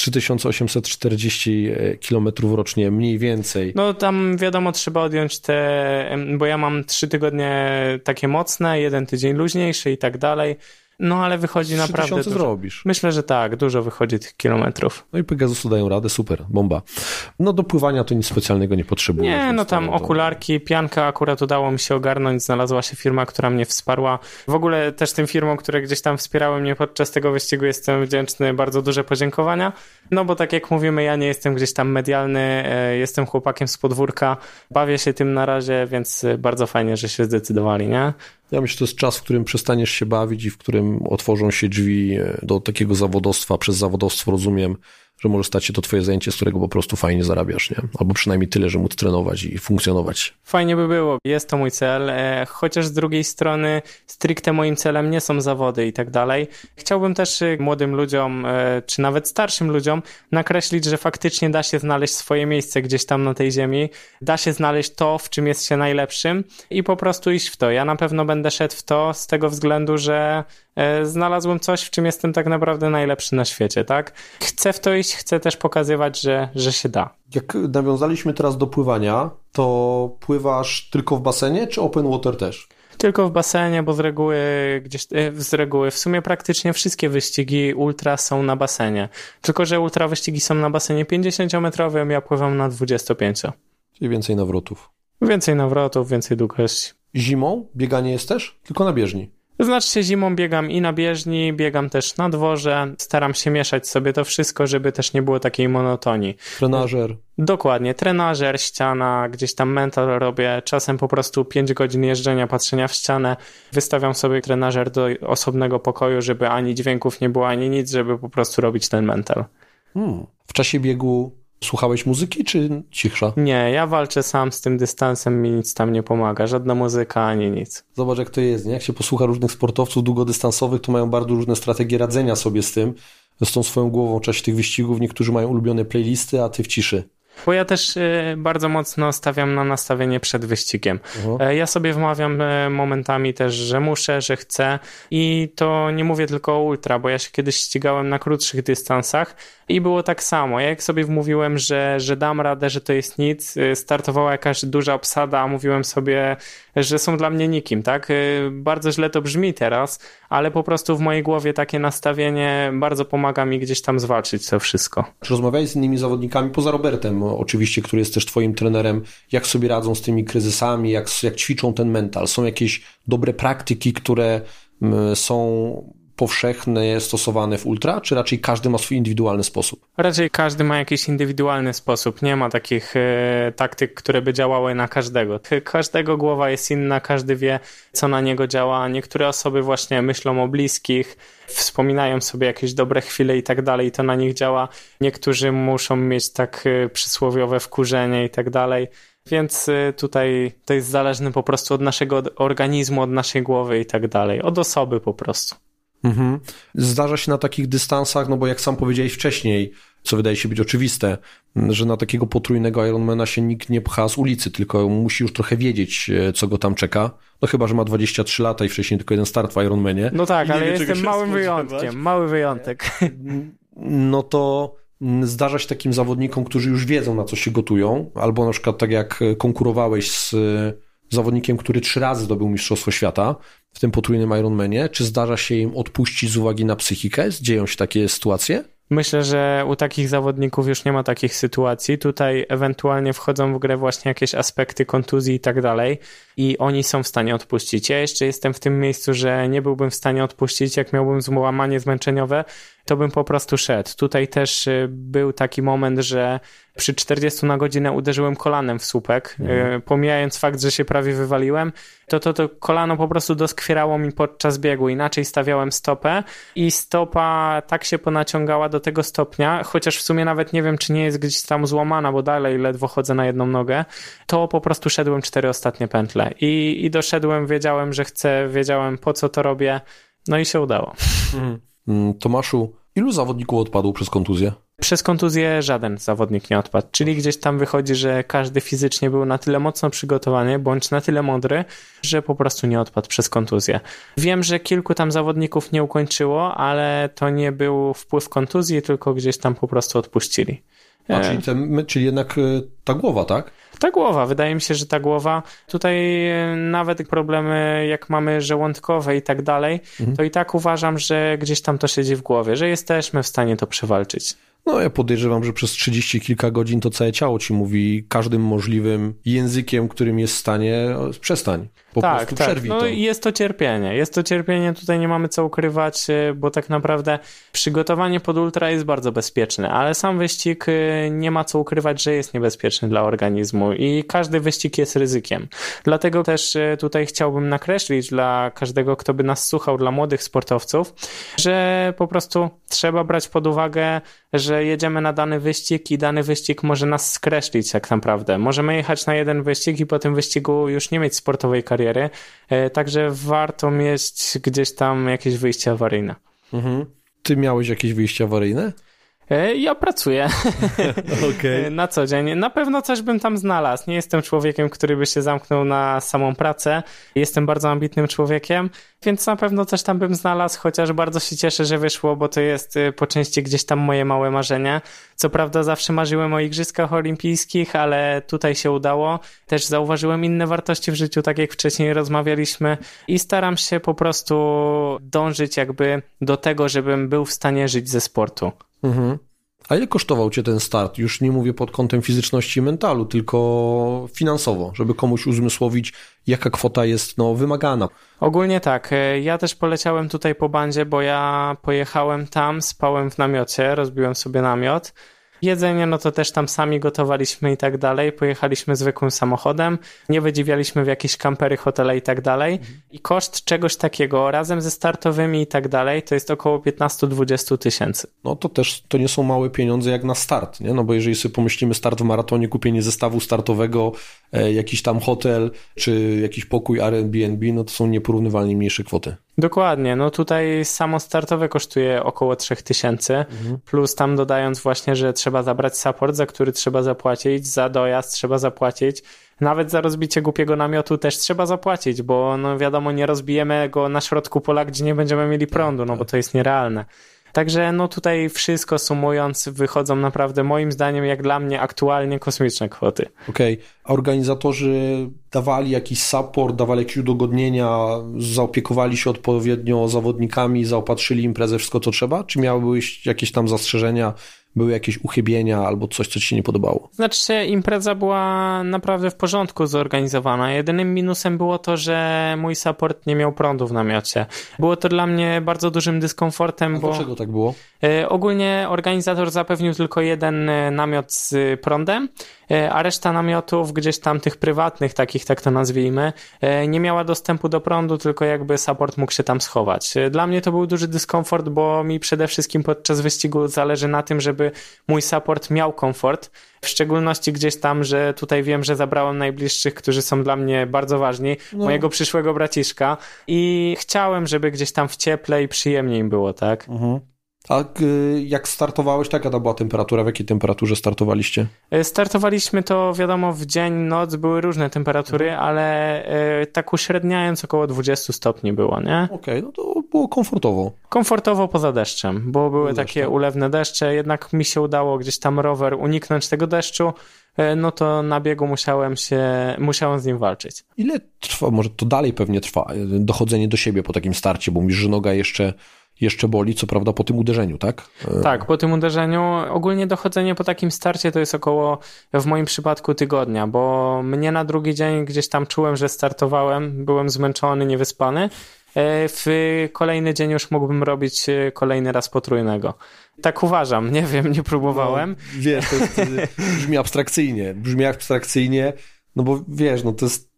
Speaker 1: 3840 km rocznie, mniej więcej.
Speaker 2: No tam wiadomo, trzeba odjąć bo ja mam 3 tygodnie takie mocne, 1 tydzień luźniejszy i tak dalej. No ale wychodzi naprawdę dużo.
Speaker 1: zrobisz.
Speaker 2: Myślę, że tak, dużo wychodzi tych kilometrów.
Speaker 1: No i Pegasusy dają radę, super, bomba. No do pływania to nic specjalnego nie potrzebuje.
Speaker 2: Nie, no tam okularki, pianka akurat udało mi się ogarnąć, znalazła się firma, która mnie wsparła. W ogóle też tym firmom, które gdzieś tam wspierały mnie podczas tego wyścigu jestem wdzięczny, bardzo duże podziękowania. No bo tak jak mówimy, ja nie jestem gdzieś tam medialny, jestem chłopakiem z podwórka, bawię się tym na razie, więc bardzo fajnie, że się zdecydowali, nie?
Speaker 1: Ja myślę, że to jest czas, w którym przestaniesz się bawić i w którym otworzą się drzwi do takiego zawodowstwa. Przez zawodowstwo rozumiem, że może stać się to twoje zajęcie, z którego po prostu fajnie zarabiasz, nie? Albo przynajmniej tyle, że móc trenować i funkcjonować.
Speaker 2: Fajnie by było, jest to mój cel, chociaż z drugiej strony stricte moim celem nie są zawody i tak dalej. Chciałbym też młodym ludziom, czy nawet starszym ludziom nakreślić, że faktycznie da się znaleźć swoje miejsce gdzieś tam na tej ziemi, da się znaleźć to, w czym jest się najlepszym i po prostu iść w to. Ja na pewno będę szedł w to z tego względu, że znalazłem coś, w czym jestem tak naprawdę najlepszy na świecie, tak? Chcę w to iść, chcę też pokazywać, że się da.
Speaker 1: Jak nawiązaliśmy teraz do pływania, to pływasz tylko w basenie, czy open water też?
Speaker 2: Tylko w basenie, bo z reguły w sumie praktycznie wszystkie wyścigi ultra są na basenie. Tylko że ultra wyścigi są na basenie 50-metrowym, ja pływam na 25.
Speaker 1: Czyli więcej nawrotów.
Speaker 2: Więcej nawrotów, więcej długości.
Speaker 1: Zimą bieganie jest też? Tylko na bieżni?
Speaker 2: Znaczy się zimą biegam i na bieżni, biegam też na dworze, staram się mieszać sobie to wszystko, żeby też nie było takiej monotonii.
Speaker 1: Trenażer.
Speaker 2: Dokładnie, trenażer, ściana, gdzieś tam mental robię, czasem po prostu 5 godzin jeżdżenia, patrzenia w ścianę, wystawiam sobie trenażer do osobnego pokoju, żeby ani dźwięków nie było, ani nic, żeby po prostu robić ten mental.
Speaker 1: W czasie biegu słuchałeś muzyki, czy cisza?
Speaker 2: Nie, ja walczę sam z tym dystansem, mi nic tam nie pomaga, żadna muzyka, ani nic.
Speaker 1: Zobacz, jak to jest, nie? Jak się posłucha różnych sportowców długodystansowych, to mają bardzo różne strategie radzenia sobie z tym, z tą swoją głową w czasie tych wyścigów. Niektórzy mają ulubione playlisty, a ty w ciszy.
Speaker 2: Bo ja też bardzo mocno stawiam na nastawienie przed wyścigiem. Ja sobie wmawiam momentami też, że muszę, że chcę i to nie mówię tylko o ultra, bo ja się kiedyś ścigałem na krótszych dystansach i było tak samo. Ja jak sobie wmówiłem, że dam radę, że to jest nic, startowała jakaś duża obsada, a mówiłem sobie, że są dla mnie nikim, tak? Bardzo źle to brzmi teraz, ale po prostu w mojej głowie takie nastawienie bardzo pomaga mi gdzieś tam zwalczyć to wszystko.
Speaker 1: Czy rozmawiałeś z innymi zawodnikami, poza Robertem oczywiście, który jest też twoim trenerem, jak sobie radzą z tymi kryzysami, jak ćwiczą ten mental? Są jakieś dobre praktyki, które są powszechne, stosowane w ultra, czy raczej każdy ma swój indywidualny sposób?
Speaker 2: Raczej każdy ma jakiś indywidualny sposób. Nie ma takich taktyk, które by działały na każdego. Każdego głowa jest inna, każdy wie, co na niego działa. Niektóre osoby właśnie myślą o bliskich, wspominają sobie jakieś dobre chwile i tak dalej, to na nich działa. Niektórzy muszą mieć tak przysłowiowe wkurzenie i tak dalej. Więc tutaj to jest zależne po prostu od naszego organizmu, od naszej głowy i tak dalej. Od osoby po prostu.
Speaker 1: Zdarza się na takich dystansach, no bo jak sam powiedziałeś wcześniej, co wydaje się być oczywiste, że na takiego potrójnego Ironmana się nikt nie pcha z ulicy, tylko musi już trochę wiedzieć, co go tam czeka. No chyba, że ma 23 lata i wcześniej tylko jeden start w Ironmanie.
Speaker 2: No tak, ale jestem małym wyjątkiem, mały wyjątek.
Speaker 1: No to zdarza się takim zawodnikom, którzy już wiedzą, na co się gotują, albo na przykład tak jak konkurowałeś z zawodnikiem, który 3 razy zdobył Mistrzostwo Świata w tym potrójnym Ironmanie, czy zdarza się im odpuścić z uwagi na psychikę? Dzieją się takie sytuacje?
Speaker 2: Myślę, że u takich zawodników już nie ma takich sytuacji. Tutaj ewentualnie wchodzą w grę właśnie jakieś aspekty kontuzji i tak dalej i oni są w stanie odpuścić. Ja jeszcze jestem w tym miejscu, że nie byłbym w stanie odpuścić. Jak miałbym złamanie zmęczeniowe, to bym po prostu szedł. Tutaj też był taki moment, że przy 40 na godzinę uderzyłem kolanem w słupek, pomijając fakt, że się prawie wywaliłem, to kolano po prostu doskwierało mi podczas biegu. Inaczej stawiałem stopę i stopa tak się ponaciągała do tego stopnia, chociaż w sumie nawet nie wiem, czy nie jest gdzieś tam złamana, bo dalej ledwo chodzę na jedną nogę, to po prostu szedłem 4 ostatnie pętle i doszedłem, wiedziałem, że chcę, wiedziałem, po co to robię, no i się udało.
Speaker 1: Tomaszu, ilu zawodników odpadło przez kontuzję?
Speaker 2: Przez kontuzję żaden zawodnik nie odpadł, czyli gdzieś tam wychodzi, że każdy fizycznie był na tyle mocno przygotowany, bądź na tyle mądry, że po prostu nie odpadł przez kontuzję. Wiem, że kilku tam zawodników nie ukończyło, ale to nie był wpływ kontuzji, tylko gdzieś tam po prostu odpuścili.
Speaker 1: Czyli jednak ta głowa, tak?
Speaker 2: Ta głowa, wydaje mi się, że ta głowa, tutaj nawet problemy jak mamy żołądkowe i tak dalej, to i tak uważam, że gdzieś tam to siedzi w głowie, że jesteśmy w stanie to przewalczyć.
Speaker 1: No ja podejrzewam, że przez 30 kilka godzin to całe ciało ci mówi każdym możliwym językiem, którym jest w stanie, przestań. po prostu przerwij
Speaker 2: no
Speaker 1: to.
Speaker 2: Jest to cierpienie, tutaj nie mamy co ukrywać, bo tak naprawdę przygotowanie pod ultra jest bardzo bezpieczne, ale sam wyścig nie ma co ukrywać, że jest niebezpieczny dla organizmu i każdy wyścig jest ryzykiem. Dlatego też tutaj chciałbym nakreślić dla każdego, kto by nas słuchał, dla młodych sportowców, że po prostu trzeba brać pod uwagę, że jedziemy na dany wyścig i dany wyścig może nas skreślić tak naprawdę. Możemy jechać na jeden wyścig i po tym wyścigu już nie mieć sportowej kariery, także warto mieć gdzieś tam jakieś wyjście awaryjne.
Speaker 1: Mhm. Ty miałeś jakieś wyjście awaryjne?
Speaker 2: Ja pracuję
Speaker 1: Okay.
Speaker 2: na co dzień. Na pewno coś bym tam znalazł. Nie jestem człowiekiem, który by się zamknął na samą pracę. Jestem bardzo ambitnym człowiekiem, więc na pewno coś tam bym znalazł, chociaż bardzo się cieszę, że wyszło, bo to jest po części gdzieś tam moje małe marzenie. Co prawda zawsze marzyłem o Igrzyskach Olimpijskich, ale tutaj się udało. Też zauważyłem inne wartości w życiu, tak jak wcześniej rozmawialiśmy i staram się po prostu dążyć jakby do tego, żebym był w stanie żyć ze sportu.
Speaker 1: Mhm. A ile kosztował cię ten start? Już nie mówię pod kątem fizyczności i mentalu, tylko finansowo, żeby komuś uzmysłowić, jaka kwota jest wymagana.
Speaker 2: Ogólnie tak. Ja też poleciałem tutaj po bandzie, bo ja pojechałem tam, spałem w namiocie, rozbiłem sobie namiot. Jedzenie, no to też tam sami gotowaliśmy i tak dalej. Pojechaliśmy zwykłym samochodem, nie wydziwialiśmy w jakieś kampery, hotele i tak dalej. I koszt czegoś takiego razem ze startowymi i tak dalej to jest około 15-20 tysięcy.
Speaker 1: No to też to nie są małe pieniądze jak na start, nie? No bo jeżeli sobie pomyślimy start w maratonie, kupienie zestawu startowego, jakiś tam hotel, czy jakiś pokój Airbnb, no to są nieporównywalnie mniejsze kwoty.
Speaker 2: Dokładnie, no tutaj samo startowe kosztuje około 3000, plus tam dodając właśnie, że trzeba zabrać support, za który trzeba zapłacić, za dojazd trzeba zapłacić, nawet za rozbicie głupiego namiotu też trzeba zapłacić, bo no wiadomo, nie rozbijemy go na środku pola, gdzie nie będziemy mieli prądu, no bo to jest nierealne. Także no tutaj wszystko sumując wychodzą naprawdę moim zdaniem jak dla mnie aktualnie kosmiczne kwoty.
Speaker 1: Okej. A organizatorzy dawali jakiś support, dawali jakieś udogodnienia, zaopiekowali się odpowiednio zawodnikami, zaopatrzyli imprezę, wszystko co trzeba? Czy miały jakieś tam zastrzeżenia, były jakieś uchybienia albo coś, co ci się nie podobało?
Speaker 2: Znaczy się, impreza była naprawdę w porządku zorganizowana. Jedynym minusem było to, że mój support nie miał prądu w namiocie. Było to dla mnie bardzo dużym dyskomfortem, bo...
Speaker 1: Dlaczego tak było?
Speaker 2: Ogólnie organizator zapewnił tylko jeden namiot z prądem, a reszta namiotów gdzieś tam tych prywatnych, takich tak to nazwijmy, nie miała dostępu do prądu, tylko jakby support mógł się tam schować. Dla mnie to był duży dyskomfort, bo mi przede wszystkim podczas wyścigu zależy na tym, żeby mój support miał komfort, w szczególności gdzieś tam, że tutaj wiem, że zabrałem najbliższych, którzy są dla mnie bardzo ważni, mojego przyszłego braciszka i chciałem, żeby gdzieś tam w cieple i przyjemniej im było, tak?
Speaker 1: A jak startowałeś, jaka to była temperatura? W jakiej temperaturze startowaliście?
Speaker 2: Startowaliśmy to, wiadomo, w dzień, noc, były różne temperatury, ale tak uśredniając około 20 stopni było, nie?
Speaker 1: Okej, no to było komfortowo.
Speaker 2: Komfortowo poza deszczem, bo były takie ulewne deszcze, jednak mi się udało gdzieś tam rower uniknąć tego deszczu, no to na biegu musiałem z nim walczyć. Ile
Speaker 1: trwa, może to dalej pewnie trwa, dochodzenie do siebie po takim starcie, bo mówisz, że noga jeszcze boli, co prawda po tym uderzeniu, tak?
Speaker 2: Tak, po tym uderzeniu. Ogólnie dochodzenie po takim starcie to jest około, w moim przypadku, tygodnia, bo mnie na drugi dzień gdzieś tam czułem, że startowałem, byłem zmęczony, niewyspany. W kolejny dzień już mógłbym robić kolejny raz potrójnego. Tak uważam, nie wiem, nie próbowałem.
Speaker 1: No, wiesz, to brzmi abstrakcyjnie, no bo wiesz, no to jest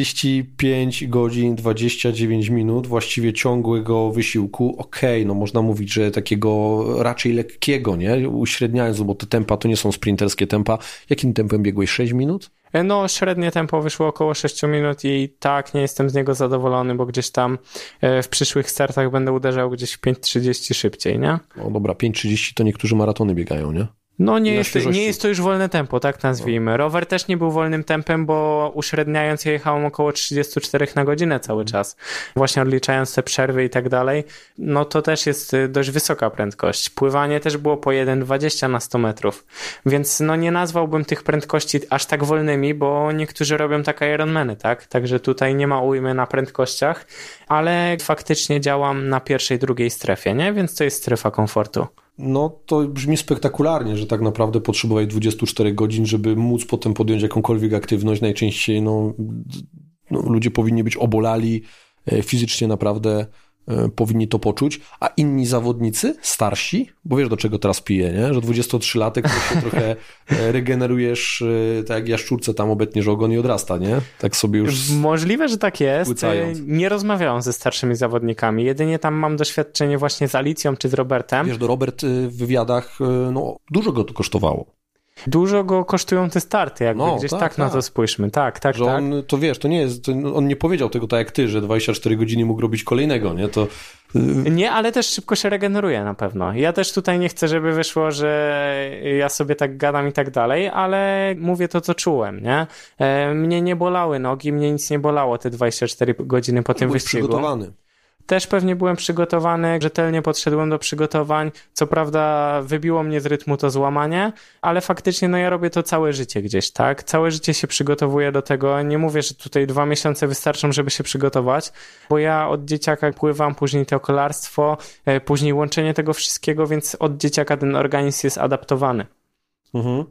Speaker 1: 35 godzin, 29 minut właściwie ciągłego wysiłku. Okej, no można mówić, że takiego raczej lekkiego, nie? Uśredniając, bo te tempa to nie są sprinterskie tempa. Jakim tempem biegłeś? 6 minut?
Speaker 2: No, średnie tempo wyszło około 6 minut i tak, nie jestem z niego zadowolony, bo gdzieś tam w przyszłych startach będę uderzał gdzieś w 5:30 szybciej, nie?
Speaker 1: No dobra, 5:30 to niektórzy maratony biegają, nie?
Speaker 2: No nie jest to już wolne tempo, tak nazwijmy. Rower też nie był wolnym tempem, bo uśredniając ja jechałem około 34 na godzinę cały czas. Właśnie odliczając te przerwy i tak dalej, no to też jest dość wysoka prędkość. Pływanie też było po 1,20 na 100 metrów. Więc no nie nazwałbym tych prędkości aż tak wolnymi, bo niektórzy robią takie Ironmany, tak? Także tutaj nie ma ujmy na prędkościach, ale faktycznie działam na pierwszej, drugiej strefie, nie? Więc to jest strefa komfortu.
Speaker 1: No to brzmi spektakularnie, że tak naprawdę potrzebowałeś 24 godzin, żeby móc potem podjąć jakąkolwiek aktywność, najczęściej ludzie powinni być obolali, fizycznie naprawdę powinni to poczuć, a inni zawodnicy, starsi, bo wiesz do czego teraz piję, nie? Że 23-latek to się trochę regenerujesz, tak jak jaszczurce tam obetniesz ogon i odrasta, nie? Tak sobie już
Speaker 2: możliwe, że tak jest.
Speaker 1: Płycając.
Speaker 2: Nie rozmawiałem ze starszymi zawodnikami. Jedynie tam mam doświadczenie właśnie z Alicją czy z Robertem.
Speaker 1: Wiesz, Robert w wywiadach, dużo go to kosztowało.
Speaker 2: Dużo go kosztują te starty, jakby gdzieś tak na to spójrzmy. Tak.
Speaker 1: Że on, to wiesz, to nie jest, on nie powiedział tego tak jak ty, że 24 godziny mógł robić kolejnego, nie? To...
Speaker 2: Nie, ale też szybko się regeneruje na pewno. Ja też tutaj nie chcę, żeby wyszło, że ja sobie tak gadam i tak dalej, ale mówię to, co czułem, nie? Mnie nie bolały nogi, mnie nic nie bolało te 24 godziny po tym wyścigu.
Speaker 1: Przygotowany.
Speaker 2: Też pewnie byłem przygotowany, rzetelnie podszedłem do przygotowań. Co prawda wybiło mnie z rytmu to złamanie, ale faktycznie ja robię to całe życie gdzieś, tak? Całe życie się przygotowuję do tego. Nie mówię, że tutaj 2 miesiące wystarczą, żeby się przygotować, bo ja od dzieciaka pływam, później to kolarstwo, później łączenie tego wszystkiego, więc od dzieciaka ten organizm jest adaptowany.
Speaker 1: Mhm.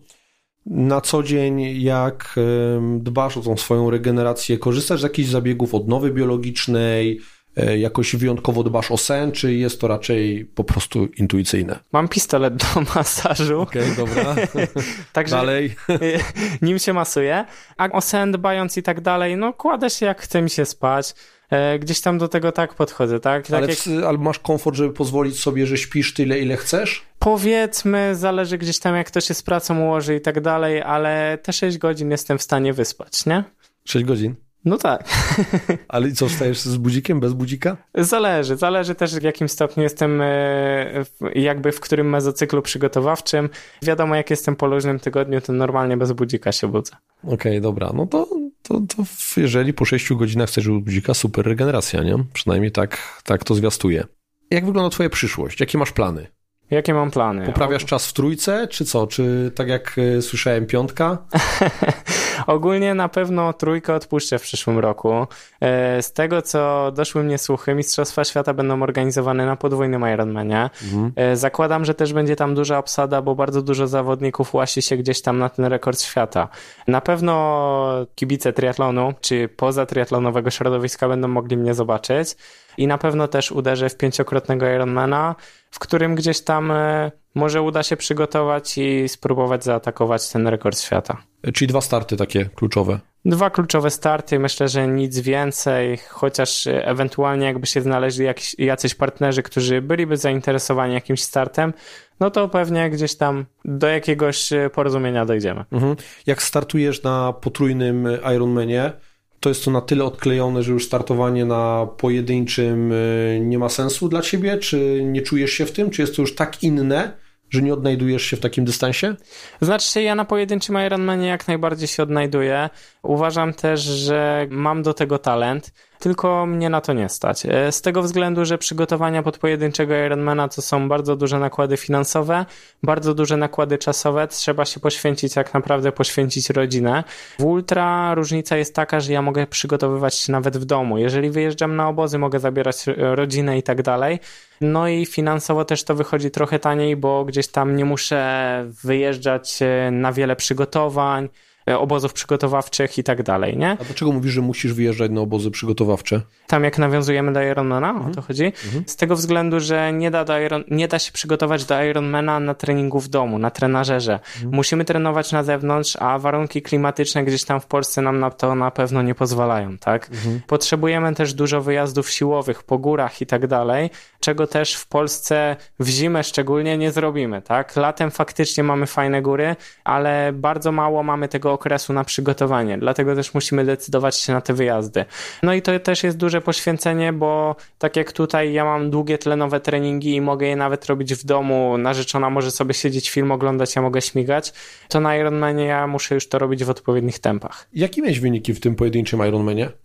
Speaker 1: Na co dzień, jak dbasz o tą swoją regenerację, korzystasz z jakichś zabiegów odnowy biologicznej, jakoś wyjątkowo dbasz o sen, czy jest to raczej po prostu intuicyjne?
Speaker 2: Mam pistolet do masażu.
Speaker 1: Okej, dobra.
Speaker 2: Także
Speaker 1: dalej.
Speaker 2: Nim się masuję. A o sen dbając i tak dalej, kładę się jak chce mi się spać. Gdzieś tam do tego tak podchodzę, tak?
Speaker 1: Ale masz komfort, żeby pozwolić sobie, że śpisz tyle, ile chcesz?
Speaker 2: Powiedzmy, zależy gdzieś tam jak to się z pracą ułoży i tak dalej, ale te 6 godzin jestem w stanie wyspać, nie?
Speaker 1: 6 godzin?
Speaker 2: No tak.
Speaker 1: Ale i co, wstajesz z budzikiem, bez budzika?
Speaker 2: Zależy też w jakim stopniu jestem jakby w którym mezocyklu przygotowawczym. Wiadomo, jak jestem po luźnym tygodniu, to normalnie bez budzika się budzę.
Speaker 1: Okej, dobra, no to jeżeli po 6 godzinach chcesz bez budzika, super regeneracja, nie? Przynajmniej tak to zwiastuje. Jak wygląda twoja przyszłość? Jakie masz plany?
Speaker 2: Jakie mam plany?
Speaker 1: Poprawiasz czas w trójce, czy co? Czy tak jak słyszałem, 5?
Speaker 2: Ogólnie na pewno 3 odpuszczę w przyszłym roku. Z tego, co doszły mnie słuchy, Mistrzostwa Świata będą organizowane na podwójnym Ironmanie. Zakładam, że też będzie tam duża obsada, bo bardzo dużo zawodników łasi się gdzieś tam na ten rekord świata. Na pewno kibice triatlonu, czy poza triatlonowego środowiska będą mogli mnie zobaczyć. I na pewno też uderzę w 5-krotnego Ironmana, w którym gdzieś tam może uda się przygotować i spróbować zaatakować ten rekord świata.
Speaker 1: Czyli 2 starty takie kluczowe.
Speaker 2: 2 kluczowe starty, myślę, że nic więcej, chociaż ewentualnie jakby się znaleźli jacyś partnerzy, którzy byliby zainteresowani jakimś startem, no to pewnie gdzieś tam do jakiegoś porozumienia dojdziemy.
Speaker 1: Jak startujesz na potrójnym Ironmanie, to jest to na tyle odklejone, że już startowanie na pojedynczym nie ma sensu dla ciebie? Czy nie czujesz się w tym? Czy jest to już tak inne, że nie odnajdujesz się w takim dystansie?
Speaker 2: Znaczy, ja na pojedynczym Ironmanie jak najbardziej się odnajduję. Uważam też, że mam do tego talent, tylko mnie na to nie stać. Z tego względu, że przygotowania pod pojedynczego Ironmana to są bardzo duże nakłady finansowe, bardzo duże nakłady czasowe, trzeba się poświęcić, jak naprawdę poświęcić rodzinę. W ultra różnica jest taka, że ja mogę przygotowywać się nawet w domu. Jeżeli wyjeżdżam na obozy, mogę zabierać rodzinę i tak dalej. No i finansowo też to wychodzi trochę taniej, bo gdzieś tam nie muszę wyjeżdżać na wiele przygotowań, obozów przygotowawczych i tak dalej, nie?
Speaker 1: A dlaczego mówisz, że musisz wyjeżdżać na obozy przygotowawcze?
Speaker 2: Tam jak nawiązujemy do Ironmana, o to chodzi? Z tego względu, że nie da się przygotować do Ironmana na treningu w domu, na trenażerze. Musimy trenować na zewnątrz, a warunki klimatyczne gdzieś tam w Polsce nam na to na pewno nie pozwalają, tak? Potrzebujemy też dużo wyjazdów siłowych po górach i tak dalej, czego też w Polsce w zimę szczególnie nie zrobimy, tak? Latem faktycznie mamy fajne góry, ale bardzo mało mamy tego okresu na przygotowanie, dlatego też musimy decydować się na te wyjazdy. No i to też jest duże poświęcenie, bo tak jak tutaj ja mam długie tlenowe treningi i mogę je nawet robić w domu, narzeczona może sobie siedzieć, film oglądać, ja mogę śmigać, to na Ironmanie ja muszę już to robić w odpowiednich tempach.
Speaker 1: Jakie miałeś wyniki w tym pojedynczym Ironmanie?
Speaker 2: W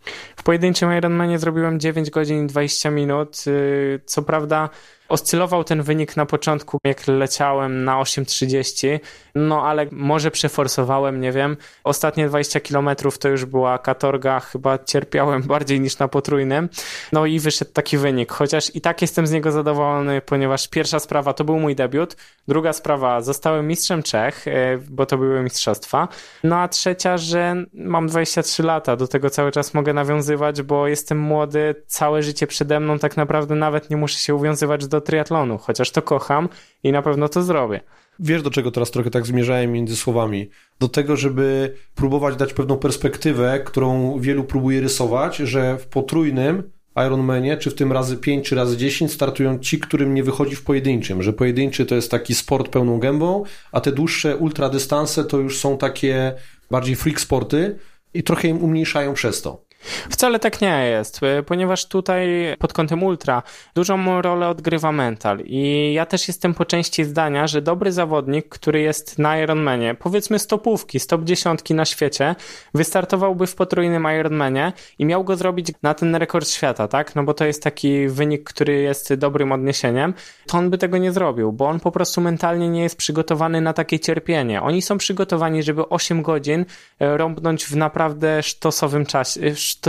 Speaker 2: pojedynczym Ironmanie zrobiłem 9 godzin i 20 minut. Co prawda oscylował ten wynik na początku, jak leciałem na 8:30, no ale może przeforsowałem, nie wiem. Ostatnie 20 kilometrów to już była katorga, chyba cierpiałem bardziej niż na potrójnym. No i wyszedł taki wynik, chociaż i tak jestem z niego zadowolony, ponieważ pierwsza sprawa to był mój debiut, druga sprawa zostałem mistrzem Czech, bo to były mistrzostwa, no a trzecia, że mam 23 lata, do tego cały czas mogę nawiązywać, bo jestem młody, całe życie przede mną, tak naprawdę nawet nie muszę się uwiązywać do triatlonu, chociaż to kocham i na pewno to zrobię.
Speaker 1: Wiesz, do czego teraz trochę tak zmierzałem między słowami? Do tego, żeby próbować dać pewną perspektywę, którą wielu próbuje rysować, że w potrójnym Ironmanie, czy w tym razy 5, czy razy 10 startują ci, którym nie wychodzi w pojedynczym, że pojedynczy to jest taki sport pełną gębą, a te dłuższe ultradystanse to już są takie bardziej freak sporty i trochę im umniejszają przez to.
Speaker 2: Wcale tak nie jest, ponieważ tutaj pod kątem ultra dużą rolę odgrywa mental i ja też jestem po części zdania, że dobry zawodnik, który jest na Ironmanie, powiedzmy z topówki, z top 10 na świecie, wystartowałby w potrójnym Ironmanie i miał go zrobić na ten rekord świata, tak? No bo to jest taki wynik, który jest dobrym odniesieniem, to on by tego nie zrobił, bo on po prostu mentalnie nie jest przygotowany na takie cierpienie. Oni są przygotowani, żeby 8 godzin rąbnąć w naprawdę sztosowym czasie,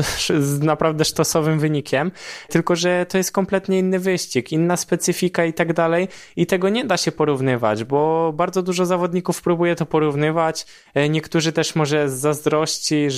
Speaker 2: z naprawdę sztosowym wynikiem, tylko że to jest kompletnie inny wyścig, inna specyfika i tak dalej i tego nie da się porównywać, bo bardzo dużo zawodników próbuje to porównywać, niektórzy też może z zazdrości,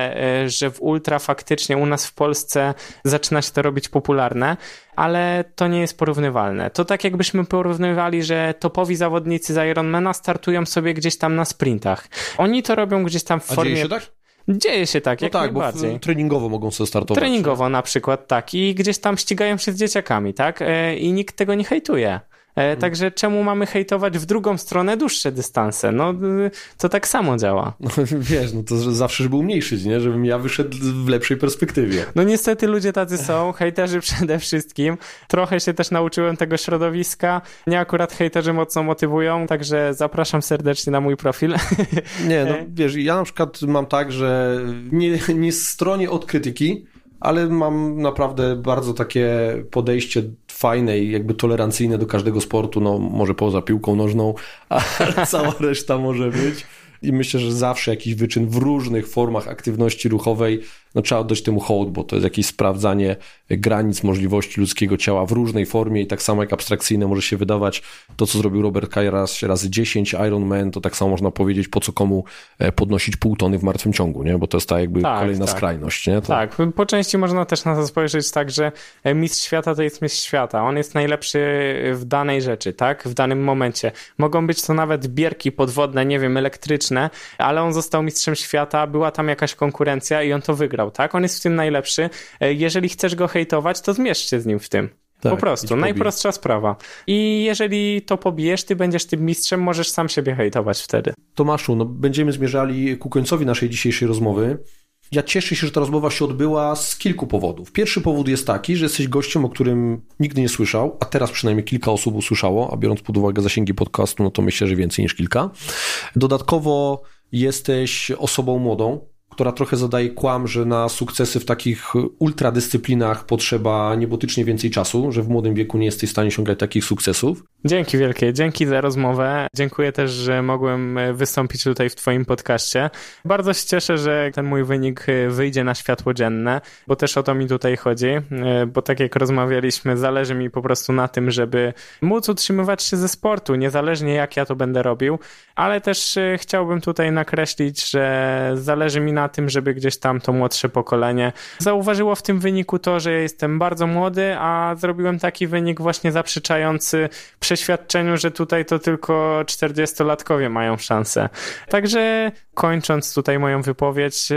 Speaker 2: że w ultra faktycznie u nas w Polsce zaczyna się to robić popularne, ale to nie jest porównywalne. To tak jakbyśmy porównywali, że topowi zawodnicy z Ironmana startują sobie gdzieś tam na sprintach. Oni to robią gdzieś tam w formie...
Speaker 1: A dzieje się tak?
Speaker 2: Dzieje się tak, jak najbardziej.
Speaker 1: Bo treningowo mogą sobie startować.
Speaker 2: Treningowo na przykład, tak. I gdzieś tam ścigają się z dzieciakami, tak? I nikt tego nie hejtuje. Także czemu mamy hejtować w drugą stronę dłuższe dystanse? No to tak samo działa.
Speaker 1: No, wiesz, no to zawsze, żeby umniejszyć, nie? Żebym ja wyszedł w lepszej perspektywie.
Speaker 2: No niestety ludzie tacy są, hejterzy przede wszystkim. Trochę się też nauczyłem tego środowiska. Mnie akurat hejterzy mocno motywują, także zapraszam serdecznie na mój profil.
Speaker 1: Nie, no wiesz, ja na przykład mam tak, że nie stronię od krytyki, ale mam naprawdę bardzo takie podejście fajne i jakby tolerancyjne do każdego sportu, no może poza piłką nożną, ale cała reszta może być. I myślę, że zawsze jakiś wyczyn w różnych formach aktywności ruchowej, no trzeba oddać temu hołd, bo to jest jakieś sprawdzanie granic możliwości ludzkiego ciała w różnej formie i tak samo jak abstrakcyjne może się wydawać to, co zrobił Robert Karas razy 10 Ironman, to tak samo można powiedzieć, po co komu podnosić 0,5 tony w martwym ciągu, nie? Bo to jest ta jakby kolejna skrajność, nie? To...
Speaker 2: Tak, po części można też na to spojrzeć tak, że mistrz świata to jest mistrz świata, on jest najlepszy w danej rzeczy, tak? W danym momencie. Mogą być to nawet bierki podwodne, nie wiem, elektryczne, ale on został mistrzem świata, była tam jakaś konkurencja i on to wygrał, tak? On jest w tym najlepszy. Jeżeli chcesz go hejtować, to zmierz się z nim w tym. Tak, po prostu, najprostsza sprawa. I jeżeli to pobijesz, ty będziesz tym mistrzem, możesz sam siebie hejtować wtedy.
Speaker 1: Tomaszu, no będziemy zmierzali ku końcowi naszej dzisiejszej rozmowy. Ja cieszę się, że ta rozmowa się odbyła z kilku powodów. Pierwszy powód jest taki, że jesteś gościem, o którym nigdy nie słyszał, a teraz przynajmniej kilka osób usłyszało, a biorąc pod uwagę zasięgi podcastu, no to myślę, że więcej niż kilka. Dodatkowo jesteś osobą młodą, która trochę zadaje kłam, że na sukcesy w takich ultradyscyplinach potrzeba niebotycznie więcej czasu, że w młodym wieku nie jesteś w stanie osiągać takich sukcesów.
Speaker 2: Dzięki wielkie, dzięki za rozmowę. Dziękuję też, że mogłem wystąpić tutaj w twoim podcaście. Bardzo się cieszę, że ten mój wynik wyjdzie na światło dzienne, bo też o to mi tutaj chodzi, bo tak jak rozmawialiśmy, zależy mi po prostu na tym, żeby móc utrzymywać się ze sportu, niezależnie jak ja to będę robił, ale też chciałbym tutaj nakreślić, że zależy mi na tym, żeby gdzieś tam to młodsze pokolenie zauważyło w tym wyniku to, że jestem bardzo młody, a zrobiłem taki wynik właśnie zaprzeczający przeświadczeniu, że tutaj to tylko 40-latkowie mają szansę. Także kończąc tutaj moją wypowiedź,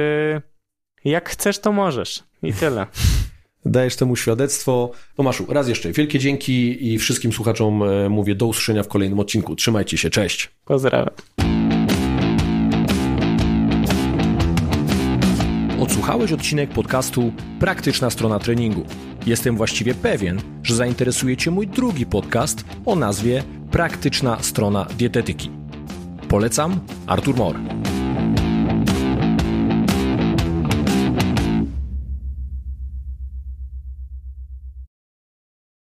Speaker 2: jak chcesz, to możesz. I tyle.
Speaker 1: Dajesz temu świadectwo. Tomaszu, raz jeszcze wielkie dzięki i wszystkim słuchaczom mówię do usłyszenia w kolejnym odcinku. Trzymajcie się, cześć.
Speaker 2: Pozdrawiam.
Speaker 1: Odsłuchałeś odcinek podcastu Praktyczna strona treningu. Jestem właściwie pewien, że zainteresuje Cię mój drugi podcast o nazwie Praktyczna strona dietetyki. Polecam, Artur Mor.